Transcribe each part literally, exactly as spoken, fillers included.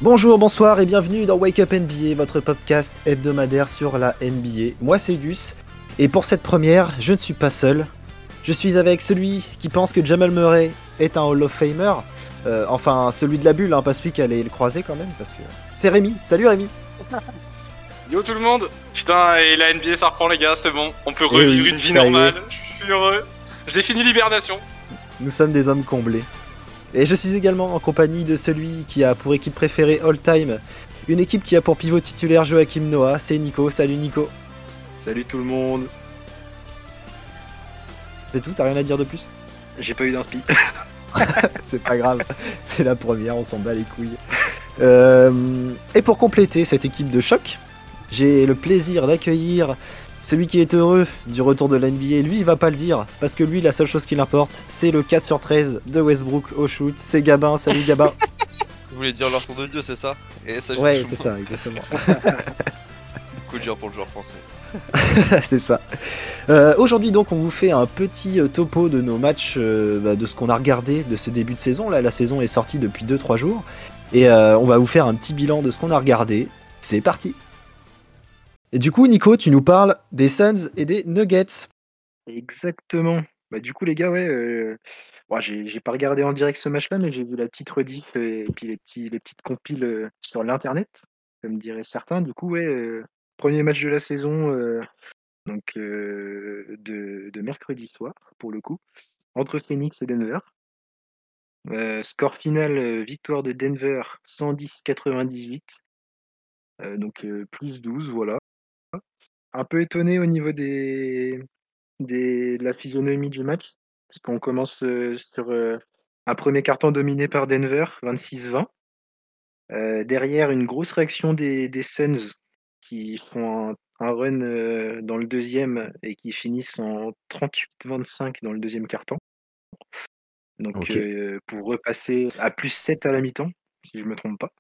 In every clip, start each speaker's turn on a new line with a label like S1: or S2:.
S1: Bonjour, bonsoir et bienvenue dans Wake Up N B A, votre podcast hebdomadaire sur la N B A. Moi c'est Gus, et pour cette première, je ne suis pas seul. Je suis avec celui qui pense que Jamal Murray est un Hall of Famer. Euh, enfin, celui de la bulle, hein, pas celui qui allait le croiser quand même, parce que... C'est Rémi, salut Rémi.
S2: Yo tout le monde. Putain, et la N B A ça reprend les gars, c'est bon. On peut
S1: Eh
S2: revivre
S1: oui,
S2: une vie
S1: ça y est.
S2: normale, je suis heureux. J'ai fini l'hibernation.
S1: Nous sommes des hommes comblés. Et je suis également en compagnie de celui qui a pour équipe préférée all-time une équipe qui a pour pivot titulaire Joachim Noah, c'est Nico. Salut Nico.
S3: Salut tout le monde.
S1: C'est tout, t'as rien à dire de plus?
S3: J'ai pas eu d'inspi.
S1: C'est pas grave, c'est la première, on s'en bat les couilles. Euh, et pour compléter cette équipe de choc, j'ai le plaisir d'accueillir celui qui est heureux du retour de l'N B A. Lui, il va pas le dire, parce que lui, la seule chose qui l'importe, c'est le quatre sur treize de Westbrook au shoot. C'est Gabin, salut Gabin.
S4: Vous voulez dire leur tour de Dieu, c'est ça? Et ça, je
S1: Ouais,
S4: dis
S1: c'est ça, exactement.
S4: coup dur pour le joueur français.
S1: C'est ça. Euh, Aujourd'hui donc on vous fait un petit euh, topo de nos matchs, euh, bah, de ce qu'on a regardé de ce début de saison. Là la saison est sortie depuis deux trois jours. Et euh, on va vous faire un petit bilan de ce qu'on a regardé. C'est parti. Et du coup Nico, tu nous parles des Suns et des Nuggets.
S3: Exactement. Bah du coup les gars, ouais, euh, bon, j'ai j'ai pas regardé en direct ce match-là, mais j'ai vu la petite rediff euh, et puis les petits les petites compiles euh, sur l'internet, comme diraient certains. Du coup, ouais, euh, premier match de la saison, euh, donc euh, de, de mercredi soir pour le coup, entre Phoenix et Denver. Euh, score final, euh, victoire de Denver cent dix quatre-vingt-dix-huit, euh, donc euh, plus douze, voilà. Un peu étonné au niveau des, des, de la physionomie du match, parce qu'on commence euh, sur euh, un premier carton dominé par Denver, vingt-six vingt. Euh, derrière, une grosse réaction des, des Suns qui font un, un run euh, dans le deuxième et qui finissent en trente-huit vingt-cinq dans le deuxième carton. Donc
S1: Ok.
S3: euh, pour repasser à plus sept à la mi-temps, si je ne me trompe pas.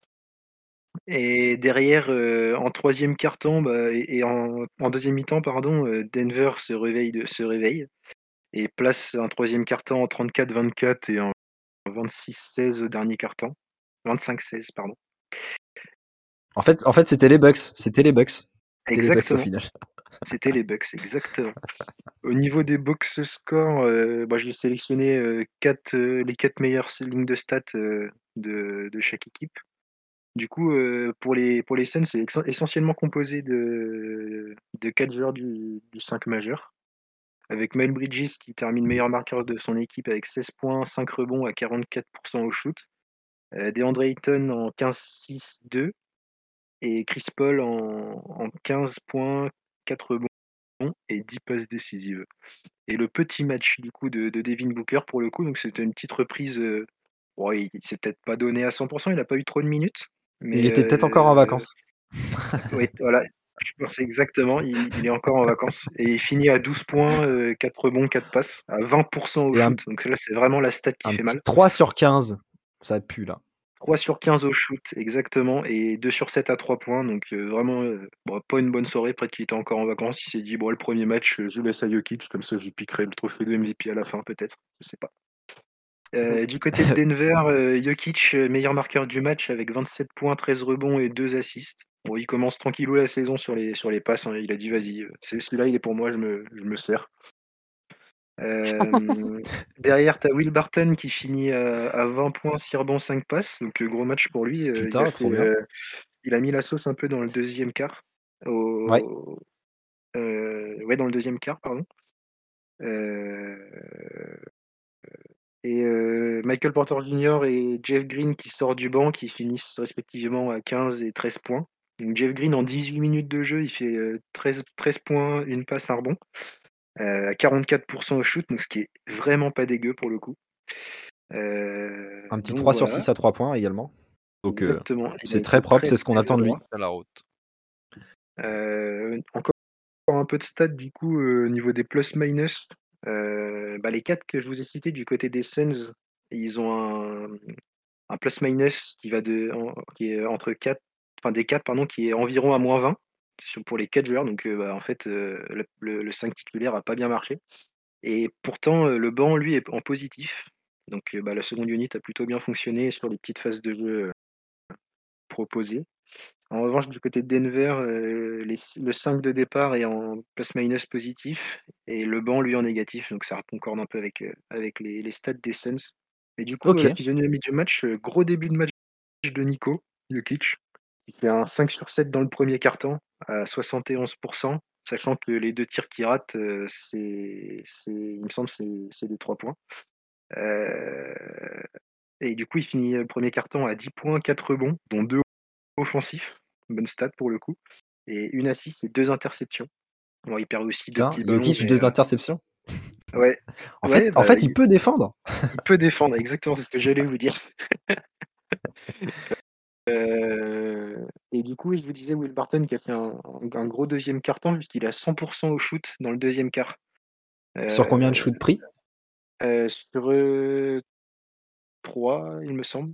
S3: Et derrière, euh, en troisième carton bah, et, et en, en deuxième mi-temps, pardon, euh, Denver se réveille, de, se réveille et place un troisième carton en trente-quatre vingt-quatre et en vingt-six seize au dernier carton. vingt-cinq seize, pardon.
S1: En fait, en fait c'était les Bucks. C'était les Bucks. C'était les Bucks au
S3: Exactement.
S1: final.
S3: C'était les Bucks, exactement. Au niveau des box scores, euh, bah, j'ai sélectionné euh, quatre, euh, les quatre meilleures lignes de stats euh, de, de chaque équipe. Du coup, euh, pour les, pour les Suns, c'est ex- essentiellement composé de, de quatre joueurs du, du cinq majeur, avec Miles Bridges qui termine meilleur marqueur de son équipe avec seize points, cinq rebonds à quarante-quatre pour cent au shoot, euh, DeAndre Ayton en quinze six deux et Chris Paul en, en quinze points, quatre rebonds et dix passes décisives. Et le petit match du coup de, de Devin Booker pour le coup, donc c'était une petite reprise. Euh, bon, il, il s'est peut-être pas donné à cent pour cent, il n'a pas eu trop de minutes,
S1: Il
S3: mais
S1: était peut-être encore en
S3: euh,
S1: vacances.
S3: oui, voilà, je pense exactement, il, il est encore en vacances. Et il finit à douze points, euh, quatre rebonds, quatre passes, à vingt pour cent au
S1: Et un,
S3: shoot. Donc là, c'est vraiment la stat qui
S1: un
S3: fait
S1: petit
S3: mal.
S1: trois sur quinze. Ça pue là.
S3: trois sur quinze au shoot, exactement, et deux sur sept à trois points. Donc euh, vraiment, euh, bon, pas une bonne soirée. Peut-être qu'il était encore en vacances. Il s'est dit, bon, le premier match, euh, je laisse à Jokic, comme ça, je piquerai le trophée de M V P à la fin, peut-être. Je sais pas. Euh, du côté de Denver, euh, Jokic, euh, meilleur marqueur du match avec vingt-sept points, treize rebonds et deux assists. Bon, il commence tranquillou la saison sur les, sur les passes, hein. Il a dit vas-y, euh, c'est, celui-là il est pour moi, je me, je me sers. Euh, derrière, tu as Will Barton qui finit à, à vingt points, six rebonds, cinq passes. Donc euh, gros match pour lui. Euh, il, a
S1: Putain,
S3: fait,
S1: trop bien.
S3: euh, il a mis la sauce un peu dans le deuxième quart.
S1: Ouais.
S3: Au, euh, ouais, dans le deuxième quart, pardon. Euh, Et euh, Michael Porter Junior et Jeff Green qui sortent du banc, qui finissent respectivement à quinze et treize points. Donc Jeff Green en dix-huit minutes de jeu, il fait euh, treize, treize points, une passe, un rebond, euh, à quarante-quatre pour cent au shoot, donc ce qui est vraiment pas dégueu pour le coup. Euh,
S1: Un petit
S3: donc
S1: trois sur
S3: voilà,
S1: six à trois points également. Donc euh,
S3: exactement. Il a
S1: c'est très
S3: été
S1: propre,
S3: très
S1: c'est ce qu'on
S3: très
S1: attend de lui.
S3: adroit.
S4: À la route.
S3: Euh, encore un peu de stats du coup euh, au niveau des plus-minus. Euh, bah, les quatre que je vous ai cités du côté des Suns, ils ont un, un plus-minus qui va de, en- qui est entre quatre, enfin des quatre, pardon, qui est environ à moins vingt sur- pour les quatre joueurs. Donc euh, bah, en fait, euh, le, le- le cinq titulaire a pas bien marché. Et pourtant, euh, le banc, lui, est en positif. Donc euh, bah, la seconde unit a plutôt bien fonctionné sur les petites phases de jeu. proposé. En revanche, du côté de Denver, euh, les- le cinq de départ est en plus-minus positif et le banc, lui, en négatif. Donc ça concorde un peu avec, euh, avec les, les stats des Suns. Et du coup,
S1: Ok.
S3: la physionomie du match, euh, gros début de match de Nico Jokic. Il fait un cinq sur sept dans le premier quart-temps à soixante et onze pour cent, sachant que les deux tirs qu'il rate, euh, c'est, c'est, il me semble, c'est, c'est des trois points. Euh, et du coup, il finit le premier quart-temps à dix points, quatre rebonds, dont deux offensifs. Bonne stat pour le coup. Et une assist et deux interceptions. Bon, il perd aussi deux
S1: Putain,
S3: petits ballons,
S1: Jokic,
S3: mais
S1: deux
S3: euh,
S1: interceptions.
S3: ouais,
S1: En fait,
S3: ouais,
S1: en
S3: bah,
S1: fait, il
S3: il,
S1: peut défendre.
S3: il peut défendre, exactement, c'est ce que j'allais vous dire. Euh, et du coup, je vous disais Will Barton qui a fait un, un gros deuxième quart-temps, puisqu'il est à cent pour cent au shoot dans le deuxième quart.
S1: Sur combien de
S3: Euh,
S1: shoots pris?
S3: euh, sur euh, trois, il me semble.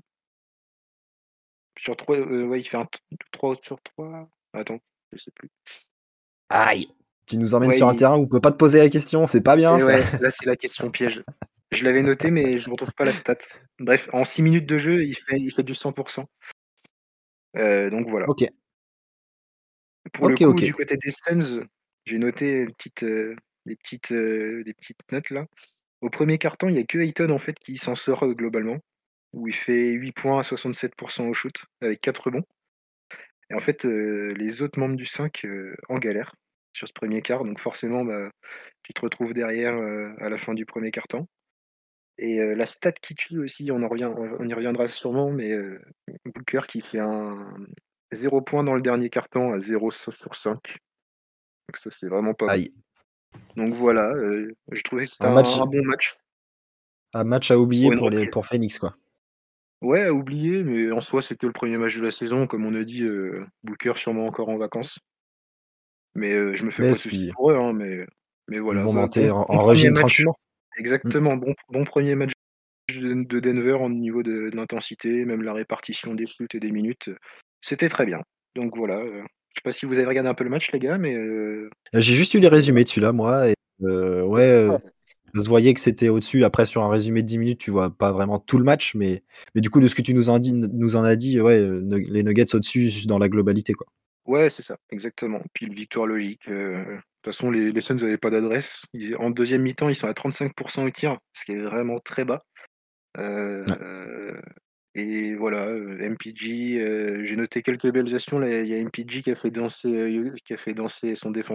S3: Sur trois, euh, ouais, il fait un trois sur trois. Attends, je sais plus.
S1: Aïe. Tu nous emmènes
S3: Ouais,
S1: sur un
S3: il-
S1: terrain où on peut pas te poser la question, c'est pas bien
S3: et
S1: ça.
S3: ouais, là c'est la question piège. Je l'avais noté, mais je ne retrouve pas la stat. Bref, en six minutes de jeu, il fait, il fait du cent pour cent. Euh, donc voilà.
S1: Ok,
S3: Pour le
S1: ok,
S3: coup,
S1: ok.
S3: du côté des Suns, j'ai noté une petite, euh, des, petites, euh, des petites notes là. Au premier quart-temps, il n'y a que Ayton en fait qui s'en sort euh, globalement, où il fait huit points à soixante-sept pour cent au shoot, avec quatre rebonds. Et en fait, euh, les autres membres du cinq euh, en galère sur ce premier quart, donc forcément, bah, tu te retrouves derrière euh, à la fin du premier quart-temps. Et euh, la stat qui tue aussi, on, en revient, on y reviendra sûrement, mais euh, Booker qui fait un zéro point dans le dernier quart-temps à zéro sur cinq. Donc ça, c'est vraiment pas bon.
S1: Aïe.
S3: Donc voilà, euh, j'ai trouvé que c'était
S1: Un
S3: un,
S1: match,
S3: un bon match
S1: un match à oublier
S3: pour une
S1: pour les,
S3: reprise.
S1: pour Phoenix quoi.
S3: Ouais, à oublier, mais en soi, c'est que le premier match de la saison. Comme on a dit, euh, Booker sûrement encore en vacances. Mais euh, je me fais
S1: Mais
S3: pas de soucis
S1: si,
S3: pour eux, hein, mais, mais
S1: ils
S3: voilà.
S1: vont
S3: Bah, bon,
S1: monter en,
S3: bon
S1: en
S3: premier
S1: régime
S3: match.
S1: tranquillement. Mm.
S3: Exactement, bon, bon premier match de, de Denver au niveau de, de l'intensité, même la répartition des shoots et des minutes. C'était très bien. Donc voilà. euh, je sais pas si vous avez regardé un peu le match, les gars, mais euh,
S1: J'ai juste eu les
S3: voilà.
S1: résumés de celui-là, moi. Et, euh, ouais, euh, ça se voyait que c'était au-dessus. Après, sur un résumé de dix minutes, tu vois pas vraiment tout le match. Mais, mais du coup, de ce que tu nous en, dit, nous en as dit, ouais, euh, les Nuggets au-dessus dans la globalité. Quoi.
S3: Ouais, c'est ça, exactement. Puis une victoire logique. euh, De toute façon, les, les Suns n'avaient pas d'adresse. Ils- En deuxième mi-temps, ils sont à trente-cinq pour cent au tir, ce qui est vraiment très bas.
S1: Ouais.
S3: Euh, et voilà, euh, M P G, euh, j'ai noté quelques belles actions. Là, il y a M P G qui a fait danser, euh, qui a fait danser son défenseur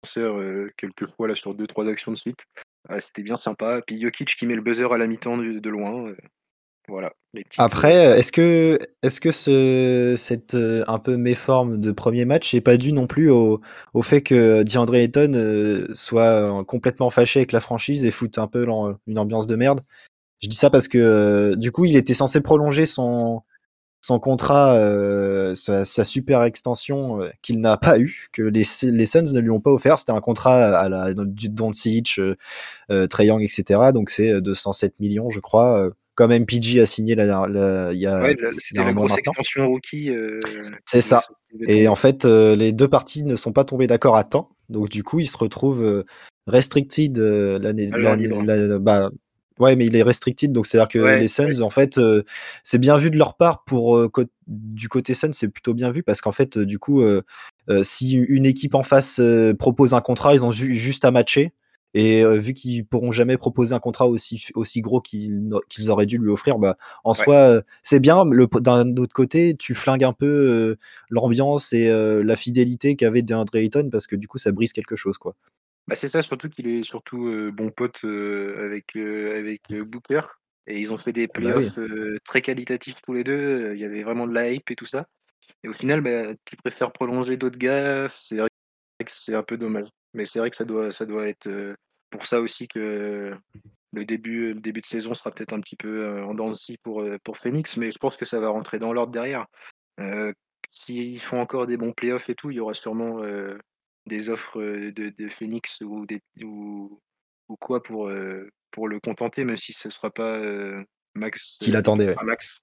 S3: euh, quelques fois là, sur deux trois actions de suite. Ah, c'était bien sympa. Puis Jokic qui met le buzzer à la mi-temps de, de loin. euh, voilà, les petites. euh,
S1: Après, est-ce que, est-ce que ce, cette euh, un peu méforme de premier match n'est pas dû non plus au, au fait que DeAndre Ayton euh, soit euh, complètement fâché avec la franchise et foute un peu l'en- une ambiance de merde? Je dis ça parce que euh, du coup, il était censé prolonger son, son contrat, euh, sa, sa super extension euh, qu'il n'a pas eu, que les, les Suns ne lui ont pas offert. C'était un contrat à la du Doncic, euh, euh, Trae Young, et cetera. Donc c'est deux cent sept millions, je crois. euh, Comme M P G a signé la- la- il y,
S3: Ouais,
S1: a,
S3: la-
S1: il y a
S3: c'était
S1: un
S3: la
S1: mois
S3: grosse
S1: maintenant.
S3: extension rookie euh, qui
S1: C'est
S3: devait,
S1: ça.
S3: se- qui devait
S1: Et en
S3: tomber.
S1: fait, euh, les deux parties ne sont pas tombées d'accord à temps. Donc du coup, il se retrouve euh, restricted euh, l'année,
S3: Agent
S1: l'année-
S3: libre.
S1: la- bah, ouais, mais il est restricted. Donc c'est-à-dire que
S3: Ouais,
S1: les
S3: ouais,
S1: Suns, en fait, euh, c'est bien vu de leur part pour euh, co- du côté Suns, c'est plutôt bien vu parce qu'en fait, euh, du coup, euh, euh, si une équipe en face euh, propose un contrat, ils ont ju- juste à matcher. Et euh, vu qu'ils pourront jamais proposer un contrat aussi aussi gros qu'ils qu'ils auraient dû lui offrir, bah en
S3: ouais.
S1: soi, euh, c'est bien. Le, d'un autre côté, tu flingues un peu euh, l'ambiance et euh, la fidélité qu'avait DeAndre Ayton parce que du coup, ça brise quelque chose, quoi.
S3: Bah, c'est ça, surtout qu'il est surtout euh, bon pote euh, avec, euh, avec euh, Booker. Et ils ont fait des
S1: Ah bah oui.
S3: playoffs euh, très qualitatifs tous les deux. euh, Il y avait vraiment de la hype et tout ça. Et au final, bah, tu préfères prolonger d'autres gars. C'est vrai que c'est un peu dommage. Mais c'est vrai que ça doit, ça doit être euh, pour ça aussi que le début, le début de saison sera peut-être un petit peu euh, en dents de scie pour, euh, pour Phoenix. Mais je pense que ça va rentrer dans l'ordre derrière. Euh, S'ils font encore des bons playoffs et tout, il y aura sûrement euh, des offres euh, de, de Phoenix ou, des, ou, ou quoi pour, euh, pour le contenter, même si ce ne sera pas euh, max,
S1: Qu'il
S3: euh, le
S1: attendait, ouais.
S3: contrat max.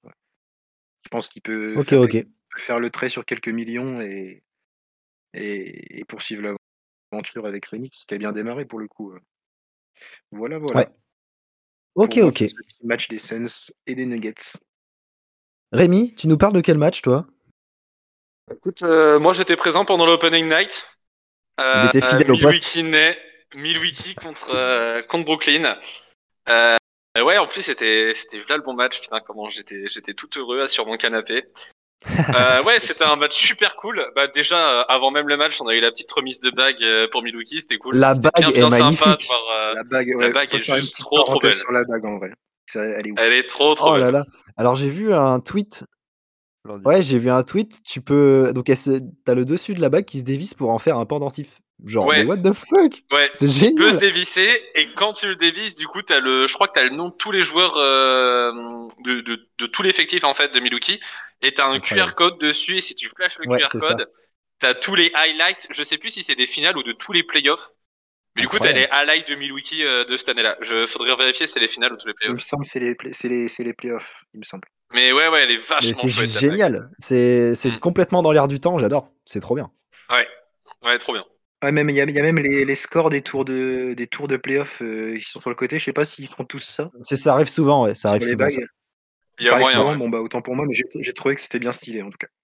S3: Je pense qu'il peut
S1: Ok,
S3: faire,
S1: ok.
S3: peut faire le trait sur quelques millions et, et, et poursuivre l'aventure avec Phoenix, qui a bien démarré pour le coup. Voilà,
S1: Ouais.
S3: voilà.
S1: Ok,
S3: Pour moi,
S1: ok.
S3: pour ce petit match des Suns et des Nuggets.
S1: Rémi, tu nous parles de quel match, toi?
S2: Écoute, euh, moi j'étais présent pendant l'opening night. Euh,
S1: Il était fidèle au poste.
S2: Milwaukee naît, Milwaukee contre euh, contre Brooklyn. Euh, ouais, en plus c'était c'était là le bon match. Putain, comment j'étais j'étais tout heureux sur mon canapé. euh, ouais, c'était un match super cool. Bah déjà euh, avant même le match, on a eu la petite remise de bague euh, pour Milwaukee, c'était cool.
S1: La
S2: C'était
S1: bague
S2: bien, bien
S1: est
S2: sympa
S1: magnifique.
S2: de voir, euh,
S3: La bague,
S2: la
S3: ouais,
S2: bague
S3: on peut
S2: est
S3: faire une
S2: juste
S3: petite
S2: trop trop
S3: parenthèse
S2: belle.
S3: sur la bague en vrai. Ça, elle est ouf.
S2: Elle est trop trop
S1: Oh
S2: belle.
S1: là là. Alors j'ai vu un tweet. Ouais, j'ai vu un tweet. Tu peux. Donc elle se- t'as le dessus de la bague qui se dévisse pour en faire un pendentif. Genre, mais
S2: Ouais.
S1: what the fuck?
S2: Ouais,
S1: C'est
S2: il peut se
S1: génial.
S2: dévisser et quand tu le dévisses, du coup, t'as le, je crois que t'as le nom de tous les joueurs euh, de, de, de tout l'effectif en fait de Milwaukee et t'as un
S1: Incroyable.
S2: Q R code dessus et si tu flashes le
S1: Ouais,
S2: Q R
S1: c'est ça.
S2: code, t'as tous les highlights. Je sais plus si c'est des finales ou de tous les playoffs, mais du coup t'as les
S1: Incroyable.
S2: highlights de Milwaukee euh, de cette année-là. Je faudrait vérifier si c'est les finales ou tous les
S3: Il me
S2: playoffs.
S3: semble que c'est les, play- c'est les, c'est les playoffs, il me semble.
S2: Mais ouais, ouais, elle est
S1: Mais
S2: vachement
S1: c'est
S2: chouette
S1: juste
S2: la bague.
S1: génial. C'est c'est
S2: Mm.
S1: complètement dans l'air du temps. J'adore. C'est trop bien.
S2: Ouais, ouais, trop bien.
S3: Ouais, même il y a, il y a même les, les scores des tours de des tours de playoff euh, qui sont sur le côté. Je sais pas s'ils font tous ça
S1: C'est ça arrive souvent. Ouais, ça arrive
S3: sur les
S1: souvent. Ça.
S3: bagues.
S2: Il y a
S3: Ça arrive
S2: moyen.
S3: souvent.
S2: Ouais.
S3: Bon bah autant pour moi, mais j'ai j'ai trouvé que c'était bien stylé en tout cas.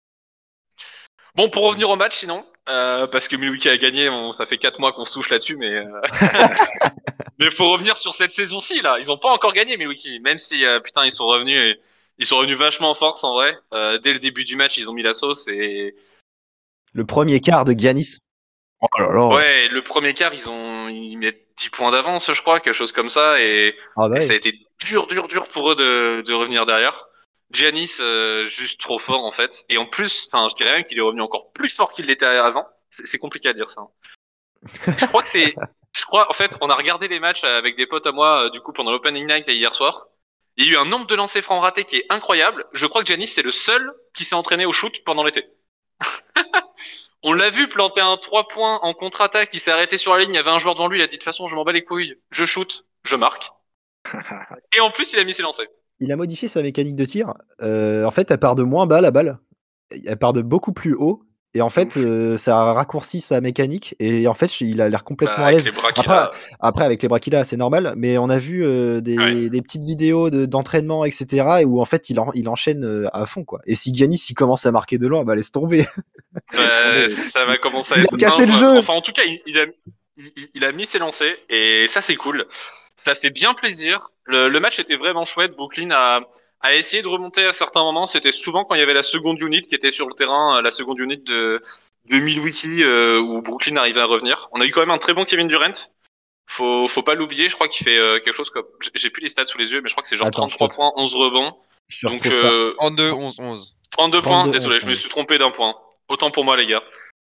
S2: Bon, pour revenir au match, sinon, euh, parce que Milwaukee a gagné, on, ça fait quatre mois qu'on se touche là-dessus, mais euh... mais faut revenir sur cette saison-ci là. Ils ont pas encore gagné Milwaukee, même si euh, putain ils sont revenus, et... ils sont revenus vachement en force en vrai. Euh, dès le début du match, ils ont mis la sauce et
S1: Le premier quart de Giannis. Oh là là.
S2: ouais, le premier quart, ils ont ils mettent dix points d'avance, je crois, quelque chose comme ça, et,
S1: Ah bah
S2: et
S1: ouais.
S2: ça a été dur, dur, dur pour eux de, de revenir derrière. Giannis, euh, juste trop fort en fait, et en plus, enfin, je dirais même qu'il est revenu encore plus fort qu'il l'était avant. C'est c'est compliqué à dire ça. Je crois que c'est, je crois, en fait, on a regardé les matchs avec des potes à moi, euh, du coup, pendant l'opening night et hier soir. Il y a eu un nombre de lancers francs ratés qui est incroyable. Je crois que Giannis, c'est le seul qui s'est entraîné au shoot pendant l'été. On l'a vu planter un trois points en contre-attaque, il s'est arrêté sur la ligne, il y avait un joueur devant lui, il a dit de toute façon, je m'en bats les couilles, je shoot, je marque. Et en plus, il a mis ses lancers.
S1: Il a modifié sa mécanique de tir. Euh, en fait, elle part de moins bas la balle. Elle part de beaucoup plus haut. Et en fait, euh, ça raccourcit sa mécanique. Et en fait, il a l'air complètement
S2: Bah,
S1: à
S2: avec
S1: l'aise.
S2: les bras qu'il
S1: Après,
S2: a.
S1: après, avec les bras qu'il a, c'est normal. Mais on a vu euh, des,
S2: Ouais.
S1: des petites vidéos de- d'entraînement, et cetera. Et où en fait, il, en- il enchaîne euh, à fond, quoi. Et si Giannis il commence à marquer de loin, bah laisse tomber.
S2: Bah, ça va commencer à
S1: Il
S2: être
S1: a cassé le
S2: injouable.
S1: jeu.
S2: Enfin, en tout cas, il, il a, il, il a mis ses lancers et ça, c'est cool. Ça fait bien plaisir. Le, le match était vraiment chouette. Brooklyn a, a essayé de remonter à certains moments. C'était souvent quand il y avait la seconde unit qui était sur le terrain, euh, la seconde unit de, de Milwaukee, euh, où Brooklyn arrivait à revenir. On a eu quand même un très bon Kevin Durant. Faut, faut pas l'oublier. Je crois qu'il fait euh, quelque chose comme, j'ai- j'ai plus les stats sous les yeux, mais je crois que c'est genre
S1: Attends, je
S2: trente-trois
S1: te-
S2: points, onze rebonds.
S1: Je te
S2: Donc,
S1: retrouve ça.
S2: euh,
S4: trente-deux, onze, onze.
S2: trente-deux points.
S1: trente-deux,
S2: Désolé,
S1: onze,
S2: je me
S1: onze.
S2: suis trompé d'un point. Autant pour moi, les gars.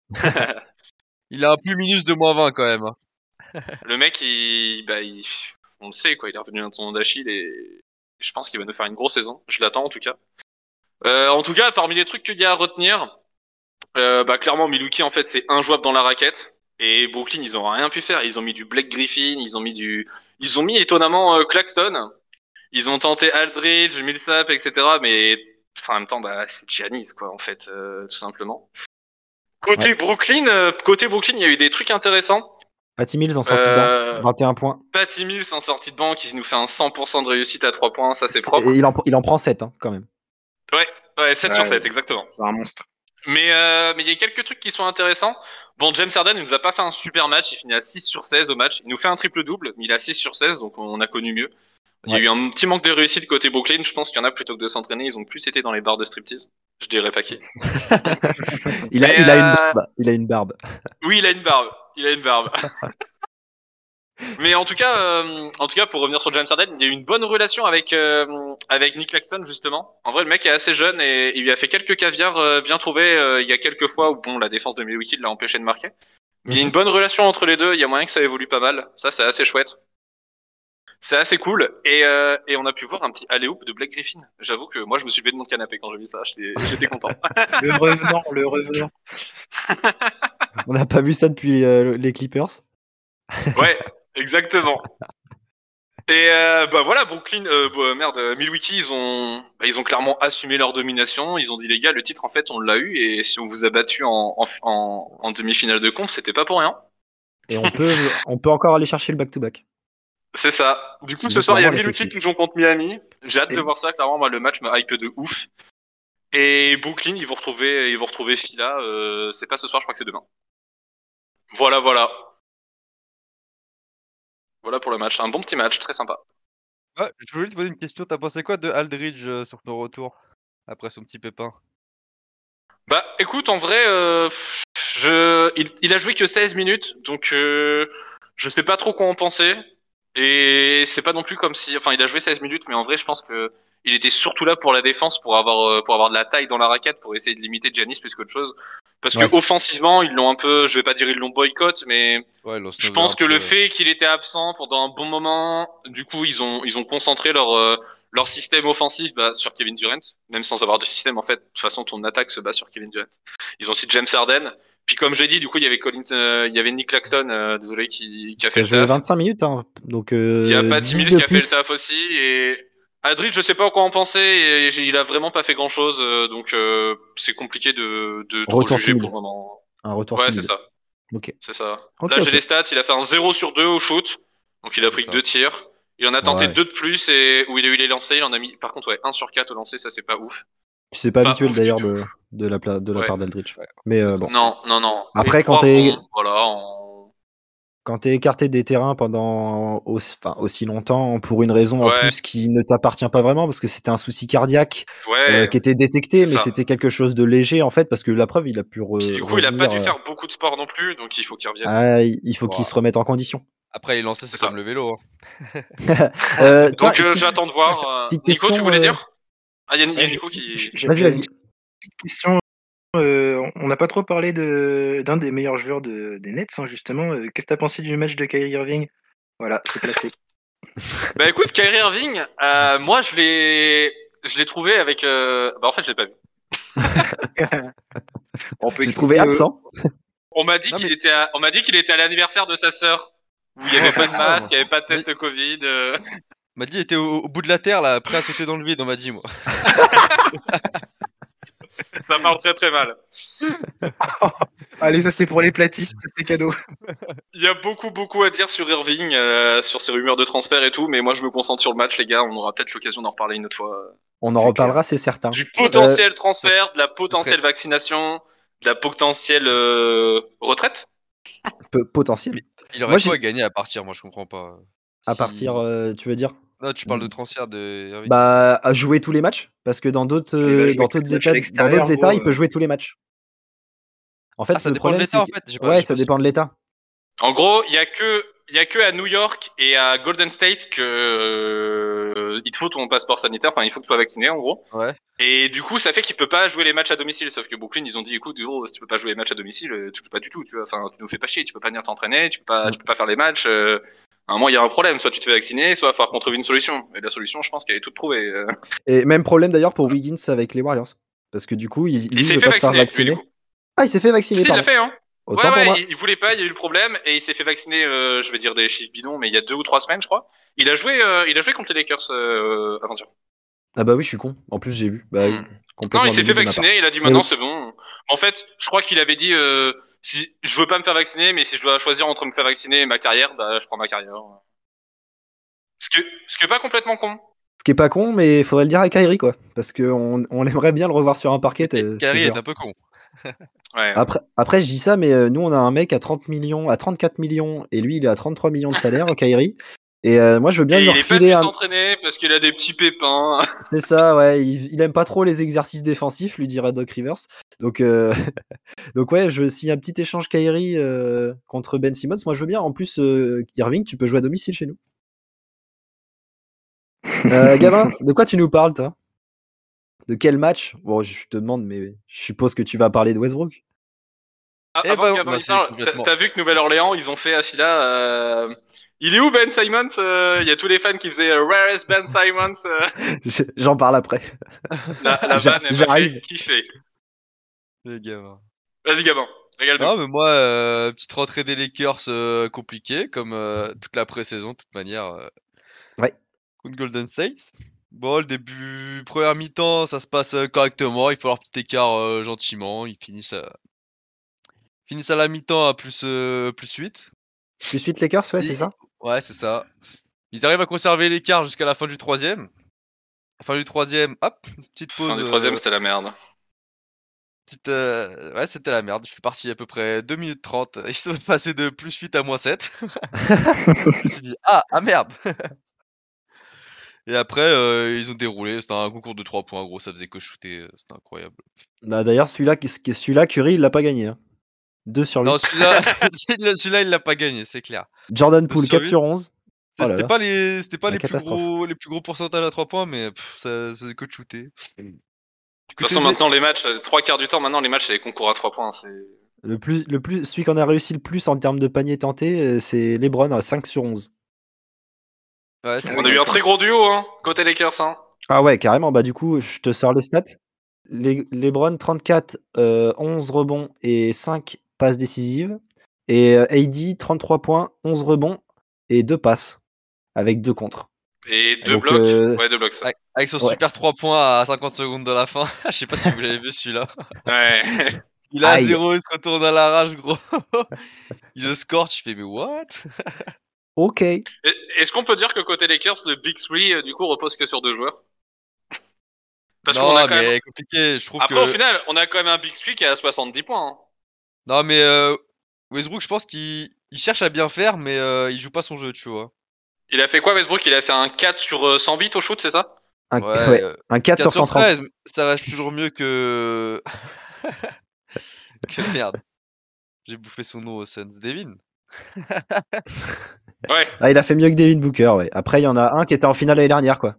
S4: Il a un plus minus de moins vingt quand même. hein.
S2: Le mec, il, bah, il, on le sait, quoi. Il est revenu d'un tendon d'Achille et je pense qu'il va nous faire une grosse saison. Je l'attends, en tout cas. Euh, en tout cas, parmi les trucs qu'il y a à retenir, euh, bah, clairement, Milwaukee, en fait, c'est injouable dans la raquette. Et Brooklyn, ils ont rien pu faire. Ils ont mis du Blake Griffin, ils ont mis du, ils ont mis étonnamment euh, Claxton. Ils ont tenté Aldridge, Millsap, et cetera. Mais, enfin, en même temps, bah, c'est Giannis, quoi, en fait, euh, tout simplement. Côté
S1: Ouais.
S2: Brooklyn, euh, côté Brooklyn, il y a eu des trucs intéressants.
S1: Patty Mills en sortie
S2: Euh,
S1: de banc. vingt et un points.
S2: Patty Mills en sortie de banque, qui nous fait un cent pour cent de réussite à trois points, ça c'est
S1: C'est-
S2: propre.
S1: et il, en, il en prend sept, hein, quand même.
S2: Ouais, ouais, sept sur
S3: Ouais.
S2: sept, exactement.
S3: C'est un monstre.
S2: Mais euh, mais il y a quelques trucs qui sont intéressants. Bon, James Harden, il nous a pas fait un super match, il finit à six sur seize au match. Il nous fait un triple-double, mais il a six sur seize, donc on a connu mieux. Il y a
S1: Ouais.
S2: eu un petit manque de réussite côté Brooklyn, je pense qu'il y en a plutôt que de s'entraîner, ils ont plus été dans les bars de striptease. Je dirais pas qui.
S1: Il a,
S2: Mais,
S1: il a une
S2: euh,
S1: barbe. Il a une barbe.
S2: Oui, il a une barbe. Il a une barbe. Mais en tout cas, euh, en tout cas, pour revenir sur James Harden, il y a eu une bonne relation avec euh, avec Nick Claxton justement. En vrai, le mec est assez jeune et il lui a fait quelques caviars euh, bien trouvés. Euh, il y a quelques fois où bon, la défense de Milwaukee l'a empêché de marquer. Mais il y a une bonne relation entre les deux. Il y a moyen que ça évolue pas mal. Ça, c'est assez chouette. C'est assez cool. Et euh, et on a pu voir un petit alley-oop de Blake Griffin. J'avoue que moi, je me suis levé de mon canapé quand j'ai vu ça. J'étais j'étais content.
S3: Le revenant, le revenant.
S1: On n'a pas vu ça depuis euh, les Clippers.
S2: Ouais, exactement. Et euh, bah voilà, Brooklyn, euh, bah, merde, euh, Milwaukee, ils ont, bah, ils ont clairement assumé leur domination. Ils ont dit les gars, le titre en fait, on l'a eu et si on vous a battu en, en, en, en demi-finale de conf, c'était pas pour rien.
S1: Et on peut, on peut encore aller chercher le back-to-back.
S2: C'est ça. Du coup,
S1: Ils
S2: ce
S1: ont
S2: soir, il y a
S1: clairement
S2: Milwaukee
S1: l'effectif.
S2: qui joue contre Miami. J'ai hâte
S3: Et-
S2: de voir ça. Clairement, moi, le match me hype de ouf. Et Brooklyn, ils vont retrouver, ils vont retrouver Phila. Euh, c'est pas ce soir, je crois que c'est demain. Voilà, voilà. Voilà pour le match. Un bon petit match, très sympa.
S4: Ouais, je voulais te poser une question. T'as pensé quoi de Aldridge euh, sur ton retour après son petit pépin?
S2: Bah, écoute, en vrai, euh, je, il, il a joué que seize minutes, donc euh, je sais pas trop quoi en penser. Et c'est pas non plus comme si, enfin, il a joué seize minutes, mais en vrai, je pense que il était surtout là pour la défense, pour avoir, euh, pour avoir de la taille dans la raquette, pour essayer de limiter Giannis plus qu'autre chose. Parce que
S1: Ouais.
S2: offensivement, ils l'ont un peu, je vais pas dire ils l'ont boycott, mais
S4: Ouais, ils l'ont
S2: je
S4: snobé
S2: pense
S4: un
S2: que
S4: peu,
S2: le
S4: ouais.
S2: fait qu'il était absent pendant un bon moment, du coup, ils ont, ils ont concentré leur, euh, leur système offensif bah, sur Kevin Durant, même sans avoir de système en fait. De toute façon, ton attaque se base sur Kevin Durant. Ils ont aussi James Harden. Puis comme j'ai dit, du coup, il y avait Colin, euh, il y avait Nick Claxton, euh, désolé, qui, qui a
S1: Qui
S2: fait
S1: a
S2: le
S1: joué
S2: taf.
S1: vingt-cinq minutes, hein. Donc
S2: Il y a
S1: euh,
S2: Pat
S1: dix
S2: Mills
S1: de
S2: qui a fait le
S1: plus.
S2: taf aussi. Et Adrid, je sais pas quoi en penser. Et j'ai- il a vraiment pas fait grand chose, donc euh, c'est compliqué de, de trop le
S1: Retour
S2: juger
S1: timide.
S2: pour le moment.
S1: Un retour
S2: Ouais, c'est
S1: timide.
S2: ça.
S1: Ok.
S2: C'est ça.
S1: Ok,
S2: Là, j'ai
S1: ok.
S2: les stats. Il a fait un zéro sur deux au shoot. Donc, il a
S4: C'est
S2: pris que
S4: ça.
S2: deux tirs. Il en a tenté
S1: Ouais.
S2: deux de plus et où il a eu les lancers. Il en a mis, par contre, ouais, un sur quatre au lancer. Ça, c'est pas ouf.
S1: C'est pas
S2: Pas
S1: habituel
S2: ouf du
S1: d'ailleurs
S2: tout.
S1: de, de, la, pla- de la
S2: Ouais.
S1: part d'Aldridge.
S4: Ouais,
S1: Mais euh,
S4: c'est
S1: bon.
S4: ça.
S2: Non, non, non. Et
S1: Après, quand
S2: trois
S1: t'es
S2: ronds, voilà. On...
S1: quand t'es écarté des terrains pendant aussi, enfin, aussi longtemps, pour une raison en
S2: Ouais,
S1: plus qui ne t'appartient pas vraiment, parce que c'était un souci cardiaque euh,
S2: ouais,
S1: qui était détecté,
S2: c'est
S1: mais
S2: ça.
S1: c'était quelque chose de léger en fait, parce que la preuve, il a pu
S2: Puis
S1: re-
S2: du coup, il a pas
S1: revenir.
S2: dû
S1: euh,
S2: faire beaucoup de sport non plus, donc il faut qu'il revienne.
S1: ah, il faut qu'il
S4: Bon,
S1: se remette en condition.
S4: après, les lancers,
S2: C'est
S4: c'est
S2: ça.
S4: comme le vélo. Hein.
S1: Euh, tiens,
S2: Donc, euh,
S1: petite,
S2: j'attends de voir. euh.
S1: petite
S2: Nico, tu
S1: question.
S2: voulais
S1: euh,
S2: dire? Ah, il y, a- il y a
S3: Ouais,
S2: Nico
S3: j'ai-
S2: qui.
S3: j'ai-
S1: Vas-y,
S3: j'avais
S1: vas-y.
S3: une petite question. Euh, on n'a pas trop parlé de d'un des meilleurs joueurs de, des Nets, hein, justement. Euh, Qu'est-ce que tu as pensé du match de Kyrie Irving? Voilà, c'est placé.
S2: Bah écoute, Kyrie Irving, euh, moi je l'ai, je l'ai trouvé avec. euh, Bah en fait, je l'ai pas vu.
S3: On peut
S1: J'ai trouvé
S3: expliquer. euh,
S1: absent.
S2: On m'a dit
S4: Non,
S2: qu'il
S4: mais
S2: était, à... on m'a dit qu'il était à l'anniversaire de sa sœur, où il y avait pas de
S4: ah, moi.
S2: masque, il y avait pas de
S4: Mais-
S2: test Covid. euh.
S4: m'a dit, il était au, au bout de la terre, là, prêt à sauter dans le vide, on m'a dit, moi.
S2: Ça parle très très mal.
S3: Allez, ça c'est pour les platistes, c'est cadeau.
S2: Il y a beaucoup beaucoup à dire sur Irving, euh, sur ses rumeurs de transfert et tout, mais moi je me concentre sur le match, les gars. On aura peut-être l'occasion d'en reparler une autre fois.
S1: On en
S3: C'est
S1: reparlera, c'est certain.
S2: Du
S1: Euh,
S2: potentiel transfert, de la
S4: serait-
S2: potentielle vaccination, de la potentielle euh, retraite.
S1: peu- potentiel.
S4: Mais il aurait
S1: Moi,
S4: quoi
S1: j'ai
S4: à gagner à partir, moi, je comprends pas.
S1: à
S4: Si-
S1: partir, euh, tu veux dire,
S4: Non, tu parles de transfert de Irving.
S1: bah, à jouer tous les matchs, parce que dans d'autres,
S3: Il va
S1: euh,
S3: jouer
S1: dans
S3: tous les
S1: d'autres
S3: matchs à
S1: états, dans
S3: l'extérieur,
S1: d'autres états,
S3: gros,
S1: il peut
S3: euh.
S1: jouer tous les matchs. En fait,
S4: Ah, ça
S1: le
S4: dépend de
S1: problème,
S4: l'état,
S1: c'est
S4: en
S1: que
S4: fait. J'ai pas-
S1: ouais,
S4: j'ai
S1: ça
S4: pas
S1: dépend de
S4: suivi.
S1: l'état.
S2: En gros, il y a que il y a que à New York et à Golden State que euh, il te faut ton passeport sanitaire. Enfin, il faut que tu sois vacciné en gros.
S4: Ouais.
S2: Et du coup, ça fait qu'il peut pas jouer les matchs à domicile. Sauf que Brooklyn, ils ont dit, écoute, gros, si tu peux pas jouer les matchs à domicile, euh, tu joues pas du tout. Tu vois, enfin, tu nous fais pas chier. Tu peux pas venir t'entraîner. Tu peux pas,
S1: Mm.
S2: tu peux pas faire les matchs. Euh, à un moment, il y a un problème. Soit tu te fais vacciner, soit il va falloir qu'on trouve une solution. Et la solution, je pense qu'elle est toute trouvée. euh.
S1: Et même problème d'ailleurs pour Wiggins avec les Warriors, parce que du coup, il,
S2: Il
S1: lui, il
S2: s'est
S1: veut
S2: fait
S1: pas se faire
S2: vacciner, lui, du
S1: vacciner.
S2: coup.
S1: Ah, il s'est fait vacciner,
S2: Si, il l'a
S1: pardon.
S2: fait, hein.
S1: Autant
S2: Ouais,
S1: pour
S2: ouais,
S1: moi.
S2: il, il voulait pas, il y a eu le problème et il s'est fait vacciner, euh, je vais dire des chiffres bidons, mais il y a deux ou trois semaines, je crois. Il a joué, euh, il a joué contre les Lakers euh, avant-hier.
S1: Ah bah oui, je suis con. En plus, j'ai vu. Bah oui,
S2: Hmm. Non,
S1: complètement
S2: il s'est fait
S1: débile de ma part.
S2: vacciner, il a dit
S1: Mais
S2: maintenant
S1: oui.
S2: c'est bon. En fait, je crois qu'il avait dit euh, si je veux pas me faire vacciner, mais si je dois choisir entre me faire vacciner et ma carrière, bah je prends ma carrière. Ce que, ce que pas complètement con.
S1: Ce qui est pas con, mais il faudrait le dire à Kyrie, quoi. Parce qu'on on aimerait bien le revoir sur un parquet,
S4: Mais
S1: euh, ce
S4: Kyrie est
S1: joueur.
S4: un peu con.
S2: Ouais.
S1: Après, après, je dis ça, mais euh, nous, on a un mec à trente millions, à trente-quatre millions, et lui, il est à trente-trois millions de salaire, Kyrie. Et euh, moi, je veux bien
S2: Et
S1: lui
S2: il est pas
S1: refiler
S2: venu
S1: un.
S2: s'entraîner parce qu'il a des petits pépins.
S1: C'est ça, ouais. Il, il aime pas trop les exercices défensifs, lui dirait Doc Rivers. Donc, euh, donc ouais, je signe un petit échange Kyrie euh, contre Ben Simmons. Moi, je veux bien. En plus, euh, Irving, tu peux jouer à domicile chez nous. Euh, Gabin, de quoi tu nous parles, toi? De quel match? Bon, je te demande, mais je suppose que tu vas parler de Westbrook.
S2: Ah,
S4: Eh
S2: avant
S4: ben,
S2: que Gabin
S4: bah,
S2: il
S4: c'est
S2: parle, t'as
S4: complètement.
S2: t'as vu que Nouvelle-Orléans, ils ont fait à Fila. Euh... Il est où Ben Simons? Il y a tous les fans qui faisaient euh, Where is Ben Simons? Euh,
S1: J'en parle après.
S2: La, la
S1: J'a-
S2: vanne, elle m'a
S1: j'arrive.
S2: fait kiffer.
S4: Les gamins.
S2: Vas-y Gabin, régale-nous.
S4: Non, mais moi, euh, petite rentrée des Lakers euh, compliquée, comme euh, toute la pré-saison, de toute manière, euh,
S1: Ouais.
S4: contre Golden State. Bon, le début, première mi-temps, ça se passe euh, correctement. Ils font leur petit écart euh, gentiment. Ils finissent à, finissent à la mi-temps à plus, euh, plus huit.
S1: Plus huit Lakers, ouais, c'est
S4: Et-
S1: ça?
S4: Ouais, c'est ça. Ils arrivent à conserver l'écart jusqu'à la fin du troisième. Fin du troisième, hop, petite pause.
S2: Fin du troisième,
S4: euh,
S2: c'était la merde.
S4: petite, euh, Ouais, c'était la merde. Je suis parti à peu près deux minutes trente. Ils sont passés de plus huit à moins sept. Je me suis dit, ah, ah merde. Et après, euh, ils ont déroulé. C'était un concours de trois points, gros. Ça faisait que shooter. C'était incroyable.
S1: Bah, d'ailleurs, celui-là, qu'est-ce- celui-là, Curry, il l'a pas gagné. Hein. deux sur huit.
S4: Non, celui-là, celui-là, celui-là, il l'a pas gagné, c'est clair.
S1: Jordan
S4: deux
S1: Poole,
S4: sur
S1: quatre
S4: huit.
S1: sur onze. Oh là
S4: C'était
S1: là.
S4: pas les, c'était pas
S1: La
S4: les plus
S1: catastrophe.
S4: gros, les plus gros pourcentages à trois points, mais pff, ça, ça faisait que de shooter.
S2: De toute façon, maintenant, les matchs, euh, trois quarts du temps, maintenant, les matchs, c'est les concours à trois points. C'est...
S1: Le plus, le plus, celui qu'on a réussi le plus en termes de panier tenté, euh, c'est LeBron à cinq sur onze.
S4: Ouais, c'est
S2: On
S4: ça.
S2: a eu un très gros duo, hein, côté Lakers. Hein.
S1: Ah ouais, carrément. Bah, du coup, je te sors les stats. Les, LeBron, trente-quatre, euh, onze rebonds et cinq passes décisives. Et euh, A D, trente-trois points, onze rebonds et deux passes. Avec deux contres.
S2: Et deux
S1: Donc,
S2: blocs.
S1: euh,
S2: Ouais, deux blocs, ça.
S4: Avec, avec son
S1: Ouais.
S4: super trois points à cinquante secondes de la fin. Je sais pas si vous l'avez vu celui-là.
S2: Ouais.
S4: Il a
S1: Aïe.
S4: zéro, il se retourne à la rage, gros. Il le score, tu fais, mais what?
S1: Ok.
S2: Et- Est-ce qu'on peut dire que côté Lakers, le Big Three, euh, du coup, repose que sur deux joueurs? Parce qu'on
S4: Non,
S2: a quand
S4: mais
S2: même...
S4: compliqué, je trouve
S2: Après,
S4: que.
S2: au final, on a quand même un Big Three qui est à soixante-dix points. Hein.
S4: Non, mais euh, Westbrook, je pense qu'il il cherche à bien faire, mais euh, il joue pas son jeu, tu vois.
S2: Il a fait quoi, Westbrook? Il a fait un quatre sur euh, cent bits au shoot, c'est ça?
S1: Un,
S4: Ouais,
S1: ouais,
S4: euh,
S1: un quatre sur
S4: quatre sur
S1: cent trente.
S4: treize, ça reste toujours mieux que. que merde. J'ai bouffé son nom au Suns. Devin.
S2: Ouais.
S1: Ah, il a fait mieux que Devin Booker, ouais. Après, il y en a un qui était en finale l'année dernière, quoi.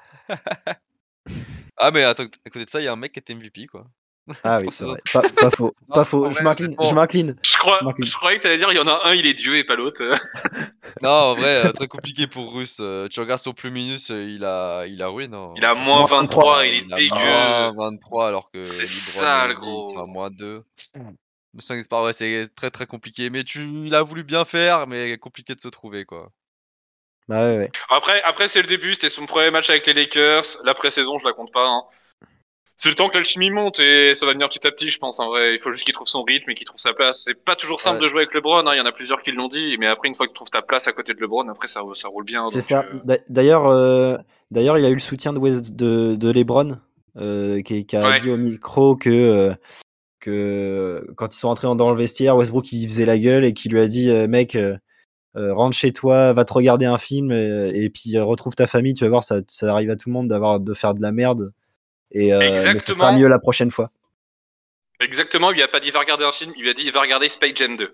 S4: Ah, mais attends, à côté de ça, il y a un mec qui était M V P, quoi.
S1: Ah oui,
S4: Trois
S1: c'est
S4: saisons.
S1: vrai. Pas, pas faux.
S4: Non,
S1: Pas faux.
S4: en
S1: Je
S4: vrai,
S1: m'incline.
S4: honnêtement.
S1: Je m'incline.
S2: Je, crois,
S1: Je m'en
S2: je croyais que t'allais dire, il y en a un, il est Dieu et pas l'autre.
S4: Non, en vrai, euh, très compliqué pour Russ. Euh, tu regardes son plus minus, euh, il a, il a ruine. Hein.
S2: Il a
S4: Franchement,
S2: moins vingt-trois,
S4: euh,
S2: il est
S4: il a
S2: dégueu.
S4: moins vingt-trois alors que
S2: C'est
S4: LeBron
S2: ça,
S4: et
S2: le
S4: Embiid, ils sont à
S2: gros.
S4: moins deux. Le cinq, c'est pas vrai, c'est très très compliqué. Mais tu, il a voulu bien faire, mais compliqué de se trouver, quoi.
S1: Bah ouais, ouais.
S2: Après, après c'est le début, c'était son premier match avec les Lakers. La pré-saison, je la compte pas. Hein. C'est le temps que l'alchimie monte et ça va venir petit à petit, je pense. En vrai, il faut juste qu'il trouve son rythme et qu'il trouve sa place. C'est pas toujours simple
S4: Ouais.
S2: de jouer avec LeBron. Hein. Il y en a plusieurs qui l'ont dit, mais après, une fois que tu trouves ta place à côté de LeBron, après ça, ça roule bien.
S1: C'est
S2: donc,
S1: ça.
S2: euh,
S1: D'a- D'ailleurs, euh, d'ailleurs, il a eu le soutien de, West, de, de LeBron, euh, qui, qui a
S2: Ouais.
S1: dit au micro que, euh, que quand ils sont entrés dans le vestiaire, Westbrook il faisait la gueule et qui lui a dit, euh, mec, euh, euh, rentre chez toi, va te regarder un film euh, et puis euh, retrouve ta famille. Tu vas voir, ça, ça arrive à tout le monde d'avoir de faire de la merde. Et euh, mais ce
S2: Exactement.
S1: sera mieux la prochaine fois.
S2: Exactement, il lui a pas dit va regarder un film, il lui a dit va regarder Space Jam deux.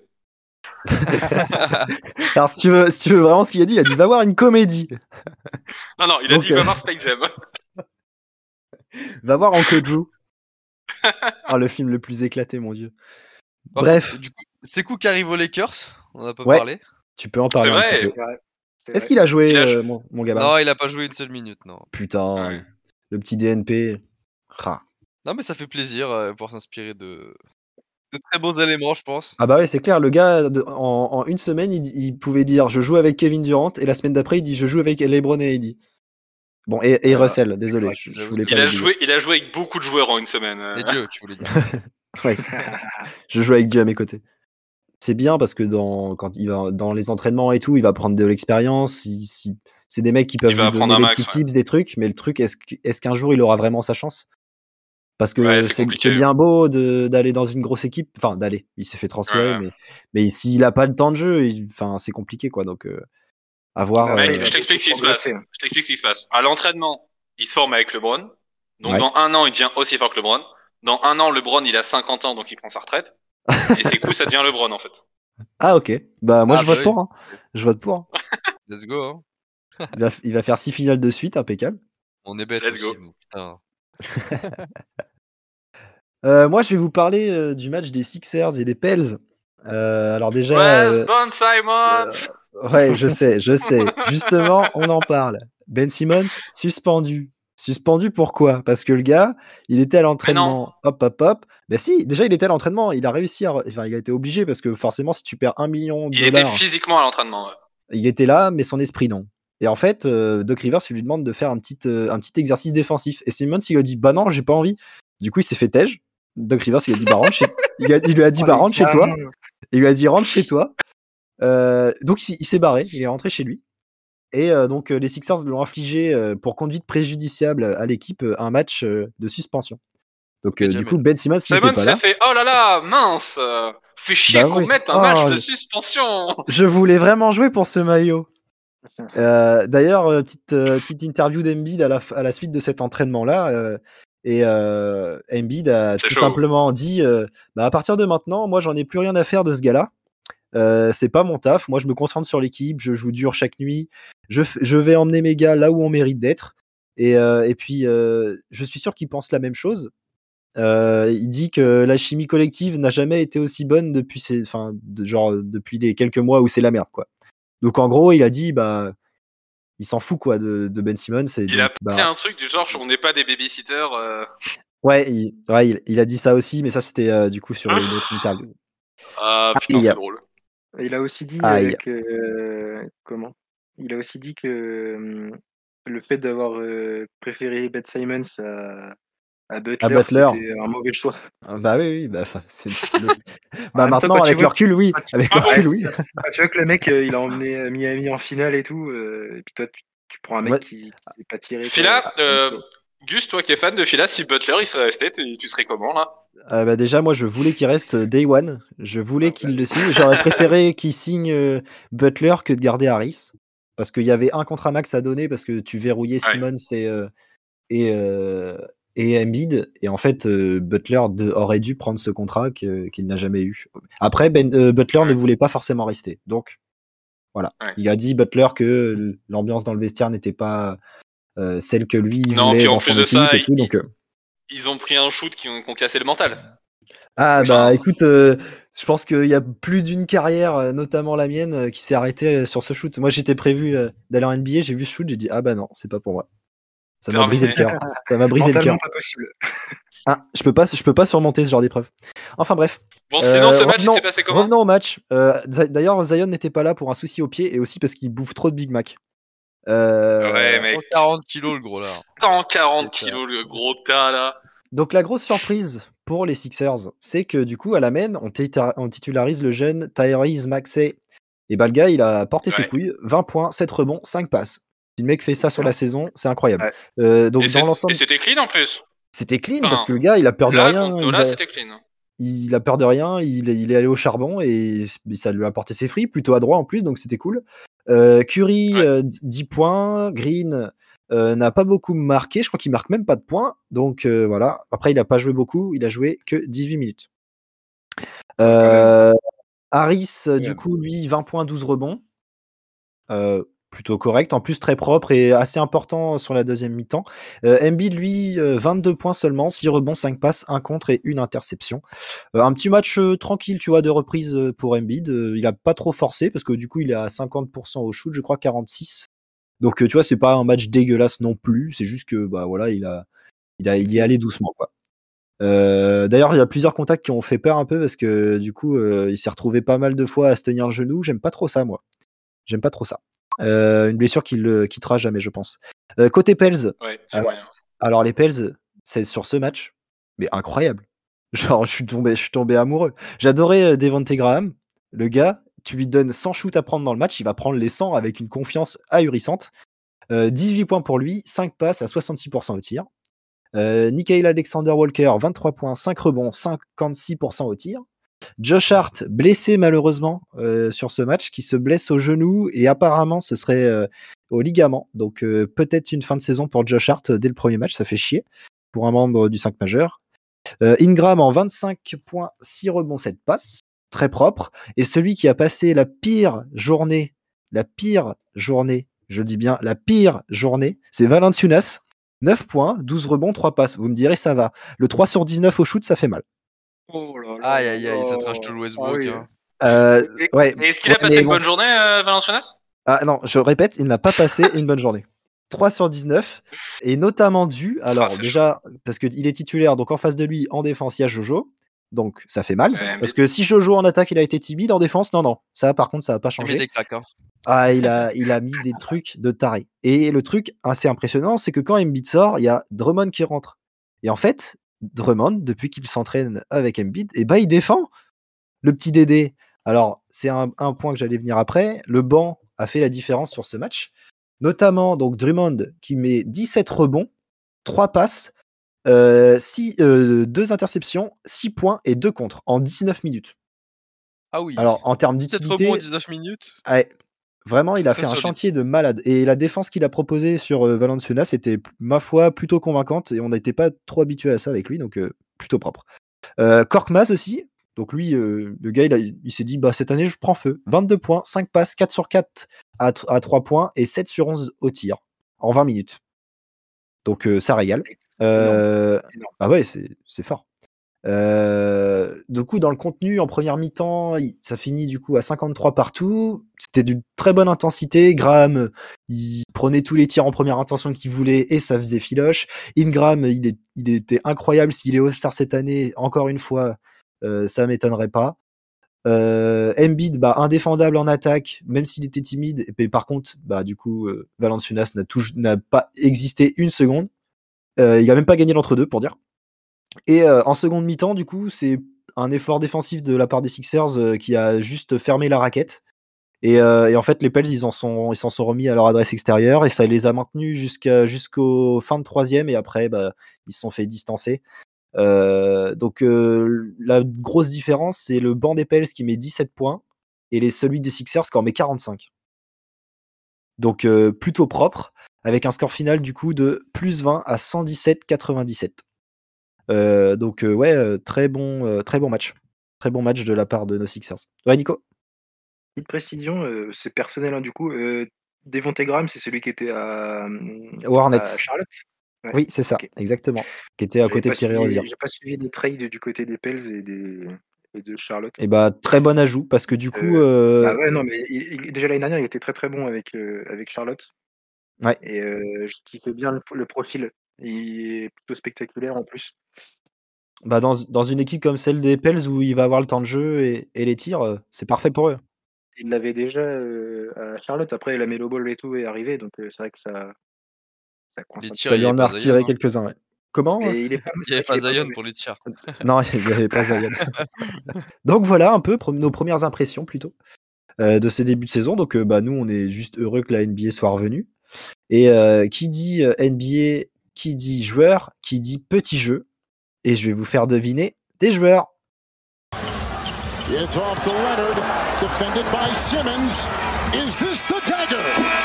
S1: Alors si tu veux, si tu veux vraiment ce qu'il a dit, il a dit va voir une comédie.
S2: Non, non, il a
S1: Donc,
S2: dit va
S1: euh,
S2: voir Space Jam.
S1: Va voir Uncle Drew. Ah, le film le plus éclaté, mon dieu.
S4: Par
S1: Bref,
S4: contre, du coup, c'est cool qu'arrive aux Lakers. On en a pas
S1: Ouais.
S4: parlé.
S1: tu peux en parler
S2: C'est
S1: un
S2: vrai.
S1: petit peu.
S3: C'est vrai. C'est
S1: Est-ce
S3: vrai.
S1: qu'il a joué,
S2: Il a
S1: euh,
S2: joué.
S1: mon, mon gamin
S4: Non, il a pas joué une seule minute, non.
S1: Putain,
S2: Ouais.
S1: le petit D N P. Ah.
S4: Non, mais ça fait plaisir euh, pour s'inspirer de... de très bons éléments, je pense.
S1: Ah bah ouais, c'est clair, le gars, de- en, en une semaine, il, il pouvait dire je joue avec Kevin Durant, et la semaine d'après, il dit je joue avec LeBron et A D. Bon, et, et
S4: Voilà.
S1: Russell, désolé,
S3: correct,
S1: je, je
S4: j'avoue,
S1: voulais
S4: c'est-
S1: pas
S2: Il a,
S1: l'oublier.
S2: joué, il a joué avec beaucoup de joueurs en une semaine. euh.
S4: Les dieux, tu voulais dire.
S1: Ouais. Je joue avec Dieu à mes côtés. C'est bien parce que dans, quand il va dans les entraînements et tout, il va prendre de l'expérience. il- si- c'est des mecs qui peuvent
S2: Il va
S1: lui
S2: apprendre
S1: donner
S2: un
S1: des
S2: max,
S1: petits
S2: ouais.
S1: tips, des trucs, mais le truc, est-ce, que- est-ce qu'un jour il aura vraiment sa chance? Parce que
S2: Ouais, c'est
S1: c'est,
S2: compliqué.
S1: c'est bien beau de, d'aller dans une grosse équipe, enfin d'aller, il s'est fait transférer,
S2: Ouais.
S1: mais, mais s'il a pas de temps de jeu, il- enfin, c'est compliqué quoi. Donc, euh, à voir.
S3: Ouais,
S2: Mec,
S1: euh,
S2: je t'explique ce qui se passe.
S3: progresser.
S2: Je t'explique ce qui se passe. À l'entraînement, il se forme avec LeBron. Donc
S1: Ouais.
S2: dans un an, il devient aussi fort que LeBron. Dans un an, LeBron, il a cinquante ans, donc il prend sa retraite. Et c'est cool, ça devient LeBron en fait.
S1: Ah ok, bah moi
S4: Ah,
S1: je
S4: bah
S1: vote
S4: oui.
S1: pour. Hein. Je vote pour. hein.
S4: Let's go, hein.
S1: Il va, il va faire six finales de suite, impeccable.
S4: On est bêtes
S2: Let's
S4: aussi,
S2: go.
S4: nous, putain.
S1: Euh, moi, je vais vous parler euh, du match des Sixers et des Pels. Euh, alors déjà,
S2: West
S1: euh,
S2: Bon Simons.
S1: euh, ouais, je sais, je sais. Justement, on en parle. Ben Simmons suspendu. Suspendu pourquoi? Parce que le gars, il était à l'entraînement. Hop, hop, hop. Ben si, déjà, il était à l'entraînement. Il a réussi à, re- enfin, il a été obligé parce que forcément, si tu perds un million de
S2: Il était
S1: dollars,
S2: physiquement à l'entraînement. Ouais.
S1: il était là, mais son esprit non. Et en fait, euh, Doc Rivers il lui demande de faire un petit, euh, un petit exercice défensif. Et Simmons, il lui a dit bah non, j'ai pas envie. Du coup, il s'est fait tège. Doc Rivers, il lui a dit bah rentre chez, il, a- il lui a dit
S3: Oh,
S1: bah
S3: les
S1: rentre chez toi.
S3: gamins.
S1: Il lui a dit rentre chez toi. Euh, donc il, il s'est barré, il est rentré chez lui. Et euh, donc euh, les Sixers l'ont infligé euh, pour conduite préjudiciable à l'équipe euh, un match euh, de suspension. Donc
S4: Ok,
S1: euh, du
S4: Jamel.
S1: coup Ben Simmons n'était
S2: Simon
S1: pas
S2: s'est
S1: là.
S2: fait oh là là, mince, euh, fait chier
S1: Bah
S2: qu'on
S1: oui.
S2: mette un
S1: Oh,
S2: match de
S1: je-
S2: suspension.
S1: Je voulais vraiment jouer pour ce maillot. Euh, D'ailleurs, euh, petite, euh, petite interview d'Embiid à la, f- à la suite de cet entraînement-là. euh, et euh, Embiid a
S2: C'est
S1: tout
S2: chaud.
S1: simplement dit euh, bah, à partir de maintenant, moi, j'en ai plus rien à faire de ce gars-là. Euh, c'est pas mon taf. Moi, je me concentre sur l'équipe. Je joue dur chaque nuit. Je, f- je vais emmener mes gars là où on mérite d'être. Et, euh, et puis, euh, je suis sûr qu'il pense la même chose. Euh, il dit que la chimie collective n'a jamais été aussi bonne depuis, ces, enfin, de, genre, depuis les quelques mois où c'est la merde, quoi. Donc en gros, il a dit bah il s'en fout quoi de, de Ben Simmons et
S2: Il a
S1: donc
S2: dit
S1: bah
S2: un truc du genre, on n'est pas des babysitters. euh.
S1: ouais, il, ouais il, il a dit ça aussi, mais ça c'était euh, du coup sur une autre interview.
S2: Ah putain,
S1: Aïe,
S2: c'est drôle.
S3: Il a aussi dit euh,
S1: aïe.
S3: que euh, comment? Il a aussi dit que euh, le fait d'avoir euh, préféré Ben Simmons à, à
S1: À
S3: Butler,
S1: Butler.
S3: c'était un mauvais choix.
S1: Ah, bah oui, oui bah, enfin, c'est le-
S3: En
S1: bah
S3: même temps,
S1: maintenant
S3: quand tu
S1: avec
S3: vois
S1: le recul, oui,
S3: quand tu-
S1: avec
S2: Ah
S1: le
S2: bon
S1: recul,
S3: ouais,
S1: oui.
S3: c'est ça. Quand tu vois que le mec, euh, il a emmené euh, Miami en finale et tout, euh, et puis toi, tu, tu prends un mec
S1: Ouais.
S3: qui, qui s'est pas tiré. quoi,
S2: Fila,
S3: c'est pas la même
S2: euh,
S3: chose.
S2: Gus, toi qui es fan de Fila, si Butler il serait resté, tu, tu serais comment là?
S1: Euh, bah déjà moi je voulais qu'il reste day one, je voulais
S3: Ah,
S1: qu'il
S3: bah,
S1: le signe. J'aurais préféré qu'il signe euh, Butler que de garder Harris parce qu'il y avait un contrat max à donner parce que tu verrouillais
S2: Ouais.
S1: Simmons et euh, et, euh, et Embiid. Et en fait, euh, Butler de- aurait dû prendre ce contrat que- qu'il n'a jamais eu. Après, ben, euh, Butler
S2: Ouais.
S1: ne voulait pas forcément rester. Donc, voilà.
S2: Ouais.
S1: Il a dit, Butler, que l'ambiance dans le vestiaire n'était pas euh, celle que lui il
S2: Non,
S1: voulait
S2: puis en
S1: dans
S2: plus
S1: son
S2: de
S1: équipe
S2: ça,
S1: et tout.
S2: ils,
S1: Donc, euh,
S2: ils ont pris un shoot qui ont, qui ont cassé le mental.
S1: ah,
S3: Oui.
S1: bah
S2: Enfin,
S1: écoute, euh, je pense qu'il y a plus d'une carrière, euh, notamment la mienne, euh, qui s'est arrêtée euh, sur ce shoot. Moi, j'étais prévu euh, d'aller en N B A, j'ai vu ce shoot, j'ai dit, ah bah non, c'est pas pour moi. Ça m'a brisé le
S2: terminé.
S1: cœur. Ça m'a brisé le cœur.
S3: Mentalement pas possible.
S1: Ah, je peux pas, je peux pas surmonter ce genre d'épreuve. Enfin bref.
S2: Bon, sinon,
S1: Euh,
S2: ce match, il
S1: revenons,
S2: s'est passé comment?
S1: revenons au match. Euh, Z- D'ailleurs, Zion n'était pas là pour un souci au pied et aussi parce qu'il bouffe trop de Big Mac. Euh,
S2: Ouais, mec.
S4: cent quarante kilos le gros là.
S2: cent quarante
S4: C'est ça.
S2: kilos, le gros tas là.
S1: Donc la grosse surprise pour les Sixers, c'est que du coup, à la main, on, tita- on titularise le jeune Tyrese Maxey. Et bah le gars, il a porté ses
S2: Ouais.
S1: couilles, vingt points, sept rebonds, cinq passes. Si le mec fait ça sur la saison, c'est incroyable.
S3: Ouais.
S1: Euh, donc
S2: Et
S1: dans
S2: c'est-
S1: l'ensemble,
S2: et c'était clean en plus.
S1: c'était clean
S2: Enfin,
S1: parce que le gars, il a peur de
S2: Là,
S1: rien.
S2: contre
S1: Il
S2: Nola,
S1: va,
S2: c'était clean.
S1: il a peur de rien, il, est- il est allé au charbon et ça lui a apporté ses fruits, plutôt à droit en plus, donc c'était cool. Euh, Curry,
S2: Ouais.
S1: euh, dix points. Green euh, n'a pas beaucoup marqué, je crois qu'il marque même pas de points. Donc euh, voilà, après il a pas joué beaucoup, il a joué que dix-huit minutes. Euh, Harris, euh, du
S3: Ouais.
S1: coup, lui, vingt points, douze rebonds. Euh, plutôt correct, en plus très propre et assez important sur la deuxième mi-temps. Euh, Embiid, lui, euh, vingt-deux points seulement, six rebonds, cinq passes, un contre et une interception. Euh, un petit match euh, tranquille, tu vois, de reprise euh, pour Embiid. Euh, il a pas trop forcé parce que du coup, il est à cinquante pour cent au shoot, je crois quarante-six. Donc, euh, tu vois, c'est pas un match dégueulasse non plus. C'est juste que, bah voilà, il a, il a, il y est allé doucement, quoi. Euh, D'ailleurs, il y a plusieurs contacts qui ont fait peur un peu parce que du coup, euh, il s'est retrouvé pas mal de fois à se tenir le genou. J'aime pas trop ça, moi. J'aime pas trop ça. Euh, une blessure qu'il ne quittera jamais, je pense. Euh, côté Pels,
S2: Ouais, c'est
S1: alors,
S2: moyen.
S1: alors les Pels, c'est sur ce match, mais incroyable. Genre, je suis tombé, je suis tombé amoureux. J'adorais euh, Devonte Graham. Le gars, tu lui donnes cent shoots à prendre dans le match, il va prendre les cent avec une confiance ahurissante. Euh, dix-huit points pour lui, cinq passes à soixante-six pour cent au tir. Euh, Nickeil Alexander-Walker, vingt-trois points, cinq rebonds, cinquante-six pour cent au tir. Josh Hart, blessé malheureusement euh, sur ce match, qui se blesse au genou et apparemment ce serait euh, au ligament. Donc euh, peut-être une fin de saison pour Josh Hart euh, dès le premier match, ça fait chier pour un membre du cinq majeur. Euh, Ingram en vingt-cinq points, six rebonds, sept passes, très propre. Et celui qui a passé la pire journée, la pire journée, je dis bien la pire journée, c'est Valanciunas. neuf points, douze rebonds, trois passes. Vous me direz, ça va. Le trois sur dix-neuf au shoot, ça fait mal.
S3: Oh là là.
S4: Aïe aïe aïe, ça
S3: là
S4: trash tout
S3: là.
S4: le Westbrook.
S3: Ah oui.
S4: hein.
S1: Euh,
S2: Et,
S1: ouais,
S2: et est-ce qu'il
S1: ouais,
S2: a passé
S1: mais
S2: une
S1: bon.
S2: bonne journée, euh, Valanciunas?
S1: Ah non, je répète, il n'a pas passé une bonne journée. trois sur dix-neuf, et notamment dû, alors
S2: c'est
S1: déjà, parce qu'il est titulaire, donc en face de lui, en défense, il y a Jojo, donc ça fait mal,
S2: Ouais,
S1: parce que si Jojo en attaque, il a été timide, en défense, non, non, ça par contre, ça n'a pas
S4: Il met
S1: changé.
S4: des claques. Hein.
S1: Ah, il a, il a mis des trucs de taré. Et le truc assez impressionnant, c'est que quand Embiid sort, il y a Drummond qui rentre. Et en fait, Drummond, depuis qu'il s'entraîne avec Embiid, et bah, il défend le petit Dédé. Alors, c'est un, un point que j'allais venir après. Le banc a fait la différence sur ce match. Notamment donc Drummond qui met dix-sept rebonds, trois passes, euh, six, euh, deux interceptions, six points et deux contres en dix-neuf minutes.
S4: Ah oui.
S1: Alors en termes
S4: dix-sept
S1: d'utilité,
S4: rebonds en dix-neuf minutes.
S1: ouais, vraiment il a
S4: Très
S1: fait un
S4: solide.
S1: chantier de malade. Et la défense qu'il a proposée sur euh, Valanciunas c'était ma foi plutôt convaincante et on n'était pas trop habitué à ça avec lui, donc euh, plutôt propre. Euh, Korkmaz aussi. Donc lui, euh, le gars, il, a- il s'est dit, bah, cette année, je prends feu. vingt-deux points, cinq passes, quatre sur quatre à, t- à trois points et sept sur onze au tir en vingt minutes. Donc euh, ça régale. Euh,
S3: Énorme.
S1: ah ouais, c'est, c'est fort. Euh, du coup, dans le contenu, en première mi-temps, il- ça finit du coup à cinquante-trois partout. C'était d'une très bonne intensité. Graham, euh, il prenait tous les tirs en première intention qu'il voulait et ça faisait filoche. Ingram, il, est, il était incroyable. S'il est All-Star cette année, encore une fois, euh, ça m'étonnerait pas. Euh, Embiid, bah, indéfendable en attaque, même s'il était timide. Et par contre, bah, du coup, euh, Valanciunas n'a, toujours, n'a pas existé une seconde. Euh, il a même pas gagné l'entre-deux, pour dire. Et euh, en seconde mi-temps, du coup, c'est un effort défensif de la part des Sixers euh, qui a juste fermé la raquette. Et, euh, et en fait, les Pels, ils en sont, ils s'en sont remis à leur adresse extérieure et ça les a maintenus jusqu'à, jusqu'au fin de troisième. Et après, bah, ils se sont fait distancer. Euh, donc, euh, la grosse différence, c'est le banc des Pels qui met dix-sept points et les, celui des Sixers qui en met quarante-cinq. Donc, euh, plutôt propre, avec un score final du coup de plus vingt à cent dix-sept virgule quatre-vingt-dix-sept. Euh, donc euh, ouais, euh, très bon, euh, très bon match, très bon match de la part de nos Sixers. Ouais, Nico.
S3: Petite précision, euh, c'est personnel hein, du coup. Euh, Devonte Graham, c'est celui qui était à,
S1: Hornets.
S3: à Charlotte. Ouais.
S1: Oui, c'est ça,
S3: Ok.
S1: exactement. Qui était à
S3: J'avais
S1: côté
S3: pas
S1: de Terry
S3: suivi,
S1: Rozier.
S3: j'ai pas suivi les trades du côté des Pels et des et de Charlotte.
S1: Et bah très bon ajout parce que du coup,
S3: Euh,
S1: euh,
S3: bah ouais, non, mais il- il- déjà l'année dernière, il était très très bon avec euh, avec Charlotte.
S1: ouais,
S3: Et euh, je kiffais bien le, le profil. Il est plutôt spectaculaire en plus.
S1: bah dans, dans une équipe comme celle des Pels où il va avoir le temps de jeu et, et les tirs, euh, c'est parfait pour eux.
S3: Il l'avait déjà euh, à Charlotte. Après, la Melo Ball et tout est arrivé, donc euh, c'est vrai que ça ça coince
S4: Les
S3: un peu.
S4: tirs,
S1: Ça
S4: il
S1: lui
S4: y avait
S1: en a
S4: pas Zion.
S1: retiré
S4: Hein.
S1: quelques-uns. Ouais. Comment?
S3: Mais il est pas,
S4: Il
S3: c'est
S4: n'y avait
S3: vrai qu'il
S4: pas
S3: est pas
S4: Zion
S3: mauvais.
S4: pour les tirs.
S1: Non, il n'y avait pas Zion. Donc voilà un peu pre- nos premières impressions plutôt euh, de ces débuts de saison. Donc euh, bah nous, on est juste heureux que la N B A soit revenue. Et euh, qui dit euh, N B A, qui dit joueur, qui dit petit jeu. Et je vais vous faire deviner des joueurs.
S5: It's off to Leonard, defended by Simmons. Is this the dagger?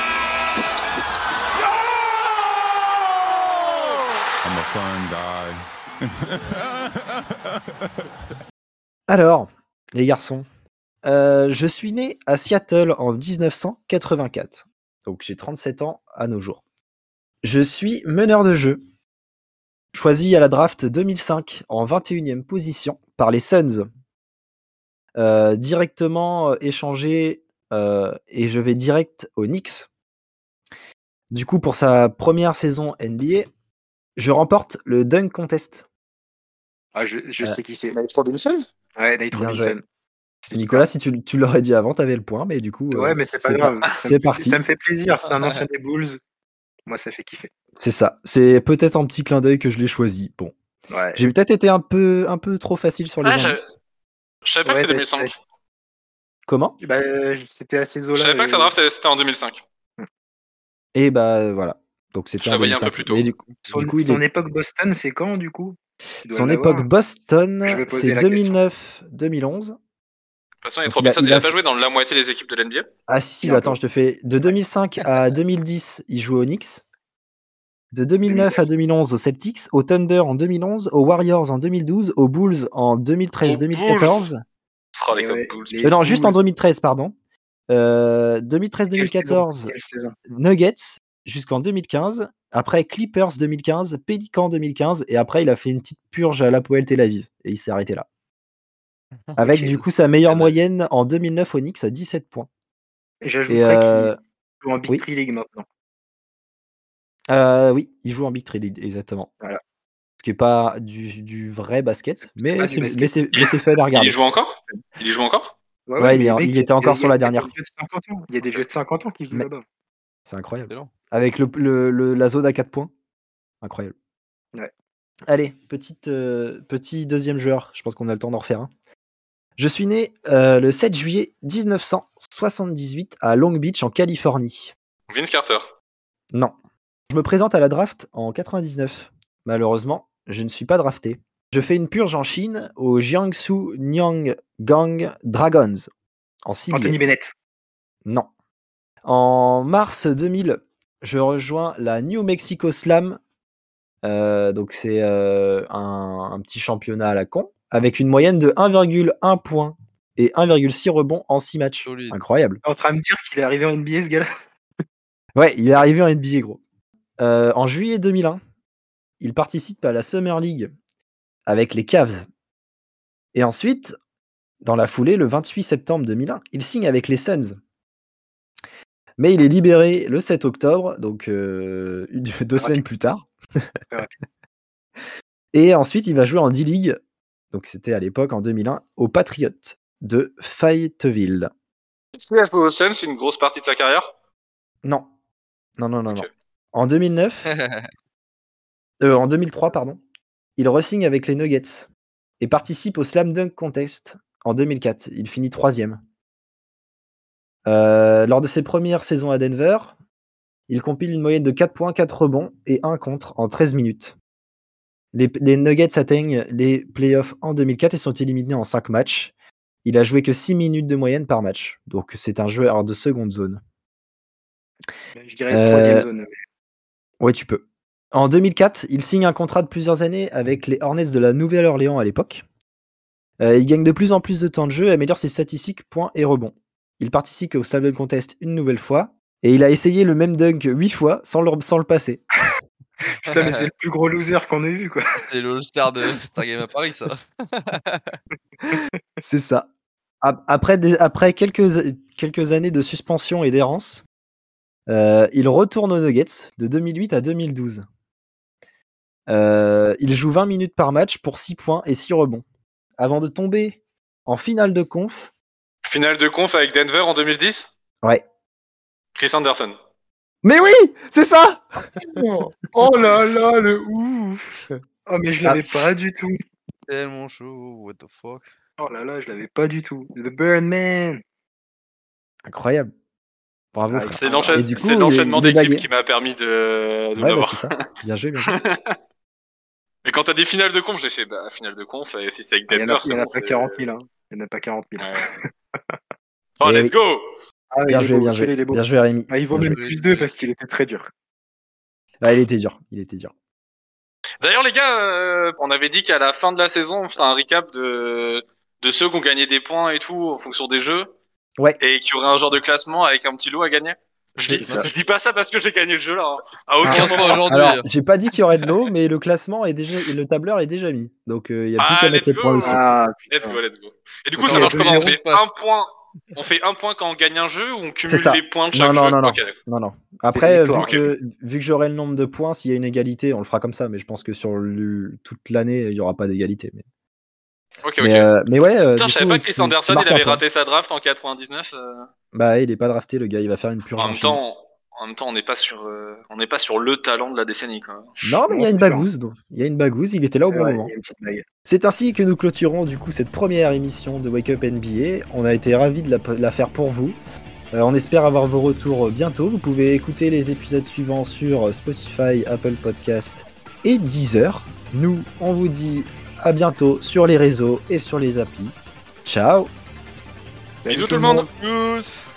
S5: I'm a fun guy.
S1: Alors, les garçons, euh, je suis né à Seattle en dix-neuf cent quatre-vingt-quatre. Donc j'ai trente-sept ans à nos jours. Je suis meneur de jeu. Choisi à la draft deux mille cinq en vingt et unième position par les Suns. Euh, directement euh, échangé euh, et je vais direct aux Knicks. Du coup, pour sa première saison N B A, je remporte le Dunk Contest.
S3: Ah, je, je
S1: Euh,
S3: sais qui c'est.
S2: Nate Robinson.
S3: Ouais, Nate
S1: Bien
S3: Robinson.
S1: joué.
S3: C'est
S1: Nicolas,
S3: super.
S1: si tu, tu l'aurais dit avant, t'avais le point, mais du coup,
S3: Ouais,
S1: euh,
S3: mais c'est pas
S1: c'est
S3: grave.
S1: pas-
S3: Ça me
S1: c'est
S3: fait-
S1: parti.
S3: Ça me fait plaisir. C'est un ancien des Bulls. Moi, ça fait kiffer.
S1: C'est ça. C'est peut-être un petit clin d'œil que je l'ai choisi. Bon,
S3: Ouais.
S1: j'ai peut-être été un peu, un peu trop facile sur les
S2: Ah, je-
S1: indices.
S2: Je savais pas
S3: Ouais,
S2: que c'était
S3: t'as-
S2: deux mille cinq.
S1: Comment?
S3: Bah, euh, c'était à ces eaux-là.
S2: Je savais pas que sa
S3: et-
S2: draft c'était- c'était en deux mille cinq.
S1: Et bah voilà. Donc c'était
S2: Je
S1: en
S2: la voyais un peu
S1: deux mille cinq.
S2: plus tôt.
S1: Mais du coup,
S3: Son,
S1: du coup, il
S3: son
S1: est...
S3: époque Boston, c'est quand du coup? Tu dois
S1: son
S3: l'avoir.
S1: époque
S3: Je
S1: Boston,
S3: vais poser
S1: c'est
S3: la
S1: deux mille neuf deux mille onze.
S2: De toute façon, il est
S1: Donc,
S2: trop
S1: il a-
S2: puissant.
S1: il
S2: Il
S1: a
S2: a pas
S1: fait-
S2: joué dans la moitié des équipes de l'N B A.
S1: Ah si, si,
S3: Si,
S1: bah
S3: un
S1: attends,
S3: peu.
S1: je te fais de deux mille cinq à deux mille dix, il jouait aux Knicks. De deux mille neuf à deux mille onze aux Celtics, au Thunder en deux mille onze, aux Warriors en deux mille douze, aux Bulls en deux mille treize deux mille quatorze.
S2: Oh, les
S3: Et
S2: Cop
S3: ouais,
S2: Bulls.
S3: les
S1: Euh, non, juste en
S3: Bulls,
S1: deux mille treize, pardon. Euh, deux mille treize deux
S3: quelle
S1: mille
S3: saison,
S1: quatorze,
S3: quelle saison.
S1: Nuggets jusqu'en deux mille quinze. Après Clippers deux mille quinze, Pelicans deux mille quinze. Et après, il a fait une petite purge à l'Hapoel Tel Aviv. Et il s'est arrêté là. Avec
S3: Ok.
S1: du coup sa meilleure
S4: Quel-
S1: moyenne en deux mille neuf au Knicks à dix-sept points.
S3: Et
S1: Et
S3: j'ajouterais
S1: euh,
S3: qu'il joue en Big
S1: oui.
S3: Three League maintenant.
S1: euh, oui, il joue en Big Three League, exactement.
S3: Voilà.
S1: Ce qui n'est pas du, du vrai basket, mais
S3: pas du
S1: c'est,
S3: basket.
S1: mais c'est, mais c'est fun à
S2: Il
S1: regarder.
S2: y joue encore Il y joue encore
S3: Ouais,
S1: Ouais, il
S3: mais
S1: est-
S3: mec,
S1: il
S3: y a-
S1: était encore
S3: y a-
S1: sur
S3: y
S1: la
S3: a
S1: dernière.
S3: des vieux de cinquante ans. Il y a des vieux de cinquante ans qui jouent
S1: Mais-
S3: là-bas.
S1: C'est incroyable.
S4: Excellent.
S1: Avec le, le- le- la zone à quatre points. Incroyable.
S3: Ouais.
S1: Allez, petite, euh, petit deuxième joueur. Je pense qu'on a le temps d'en refaire un. Je suis né euh, le sept juillet mille neuf cent soixante-dix-huit à Long Beach, en Californie.
S2: Vince Carter.
S1: Non. Je me présente à la draft en quatre-vingt-dix-neuf. Malheureusement, je ne suis pas drafté. Je fais une purge en Chine au Jiangsu Nyanggang Dragons. En six
S3: Anthony
S1: billets.
S3: Bennett.
S1: Non. En mars deux mille, je rejoins la New Mexico Slam. Euh, donc c'est euh, un, un petit championnat à la con, avec une moyenne de un virgule un point et un virgule six rebonds en six matchs.
S4: Solide.
S1: Incroyable.
S3: T'es en train de me dire qu'il est arrivé en N B A, ce gars-là?
S1: Ouais, il est arrivé en N B A, gros. Euh, en juillet deux mille un, il participe à la Summer League avec les Cavs. Et ensuite, dans la foulée, le vingt-huit septembre deux mille un, il signe avec les Suns. Mais il est libéré le sept octobre, donc euh, deux semaines plus tard. Et ensuite, il va jouer en D-League, donc c'était à l'époque, en deux mille un, aux Patriots de Fayetteville.
S2: Est-ce qu'il a joué aux Suns une grosse partie de sa carrière?
S1: Non. Non, non, non,
S2: Ok.
S1: non. En deux mille neuf, euh, en deux mille trois, pardon, il re-signe avec les Nuggets et participe au Slam Dunk Contest en deux mille quatre. Il finit troisième. Euh, lors de ses premières saisons à Denver, il compile une moyenne de quatre points, quatre rebonds et un contre en treize minutes. Les, les Nuggets atteignent les playoffs en deux mille quatre et sont éliminés en cinq matchs. Il a joué que six minutes de moyenne par match, donc c'est un joueur de seconde zone.
S3: Je dirais
S1: Euh,
S3: troisième zone.
S1: Ouais, tu peux. En deux mille quatre, il signe un contrat de plusieurs années avec les Hornets de la Nouvelle-Orléans à l'époque. Euh, il gagne de plus en plus de temps de jeu et améliore ses statistiques points et rebonds. Il participe au Slam Dunk Contest une nouvelle fois et il a essayé le même dunk huit fois sans le, sans le passer.
S3: Putain, mais c'est le plus gros loser qu'on ait vu, quoi.
S4: C'était le All-Star de Stargame à Paris, ça.
S1: C'est ça. Ap- Après, des- après quelques, quelques années de suspension et d'errance, euh, il retourne aux Nuggets de deux mille huit à deux mille douze. Euh, il joue vingt minutes par match pour six points et six rebonds. Avant de tomber en finale de conf.
S2: Finale de conf avec Denver en deux mille dix?
S1: Ouais.
S2: Chris Anderson.
S1: Mais oui, c'est ça.
S3: Oh là là, le ouf. Oh, mais je l'avais pas du tout.
S4: Tellement chaud, what the fuck.
S3: Oh là là, je l'avais pas du tout. The Birdman.
S1: Incroyable. Bravo,
S3: Ah,
S1: frère.
S2: C'est l'enchaî-
S1: Et du coup,
S2: c'est
S1: il est-
S2: l'enchaînement
S1: il est
S2: d'équipes
S1: bagué.
S2: qui m'a permis de, de
S1: Ouais, bah,
S2: l'avoir.
S1: c'est ça. Bien joué, bien joué.
S2: Mais quand t'as des finales de conf, j'ai fait bah finale de conf, et si c'est avec
S3: Il y en
S2: Denver,
S3: a, il y
S2: c'est
S3: en a
S2: bon,
S3: pas
S2: c'est-
S3: quarante mille. Hein. Il y en a pas quarante mille.
S2: Ouais. Oh,
S1: Et
S2: let's
S1: oui.
S2: go!
S3: Ah,
S1: Bien
S3: il est
S1: joué,
S3: beau,
S1: bien
S3: celui-là,
S1: joué.
S3: il est beau.
S1: Bien joué, Rémi.
S3: Ah, il vaut
S1: Bien
S3: même
S1: joué.
S3: plus deux parce qu'il était très dur.
S1: Ah, il était dur. Il était dur.
S2: D'ailleurs, les gars, euh, on avait dit qu'à la fin de la saison, on ferait un recap de, de ceux qui ont gagné des points et tout en fonction des jeux.
S1: Ouais.
S2: Et qu'il y aurait un genre de classement avec un petit lot à gagner. Je
S1: C'est
S2: dis,
S1: ça.
S2: je dis pas ça parce que j'ai gagné le jeu là. hein. À aucun
S4: Commence pas
S2: moment.
S4: aujourd'hui.
S1: Alors, j'ai pas dit qu'il y aurait de l'eau, mais le classement est déjà, le tableur est déjà mis. Donc, il y a plus
S2: Ah,
S1: qu'à mettre
S2: let's
S1: les points
S2: go.
S1: dessus.
S3: Ah,
S2: Let's
S3: putain.
S2: go, let's go. Et du coup,
S3: Ok,
S2: ça marche
S3: deux
S2: comment? On
S3: zéro,
S2: fait
S4: passe.
S2: un point. On fait un point quand on gagne un jeu ou on cumule
S1: C'est ça.
S2: les points de
S1: Non,
S2: chaque
S1: non,
S2: jeu?
S1: non, non.
S2: Ok, d'accord.
S1: Non, non.
S3: C'est
S1: Après,
S3: une
S1: vu
S3: victoire,
S1: que, vu que j'aurai le nombre de points, s'il y a une égalité, on le fera comme ça. Mais je pense que sur le- toute l'année, il y aura pas d'égalité. Mais,
S2: Ok, ok.
S1: mais, euh, mais ouais. euh,
S2: Putain,
S1: du
S2: je savais
S1: coup,
S2: pas que Chris
S1: tu- tu
S2: Anderson,
S1: marques
S2: il
S1: un
S2: avait
S1: point.
S2: raté sa draft en quatre-vingt-dix-neuf. euh.
S1: Bah, il est pas drafté, le gars. Il va faire une purge
S2: En
S1: en
S2: même
S1: Chine.
S2: temps, en même temps, on n'est pas sur, euh, on n'est pas sur le talent de la décennie, quoi.
S1: Non, mais il y a
S3: Non,
S1: une
S3: c'est sûr.
S1: bagouze. donc. Il y a une bagouze. Il était là au
S3: C'est
S1: bon
S3: vrai,
S1: moment.
S3: il y a une petite bague.
S1: C'est ainsi que nous clôturons du coup cette première émission de Wake Up N B A. On a été ravis de la, de la faire pour vous. Euh, on espère avoir vos retours bientôt. Vous pouvez écouter les épisodes suivants sur Spotify, Apple Podcast et Deezer. Nous, on vous dit à bientôt sur les réseaux et sur les applis. Ciao!
S2: Bisous tout le monde.
S4: Tchuss.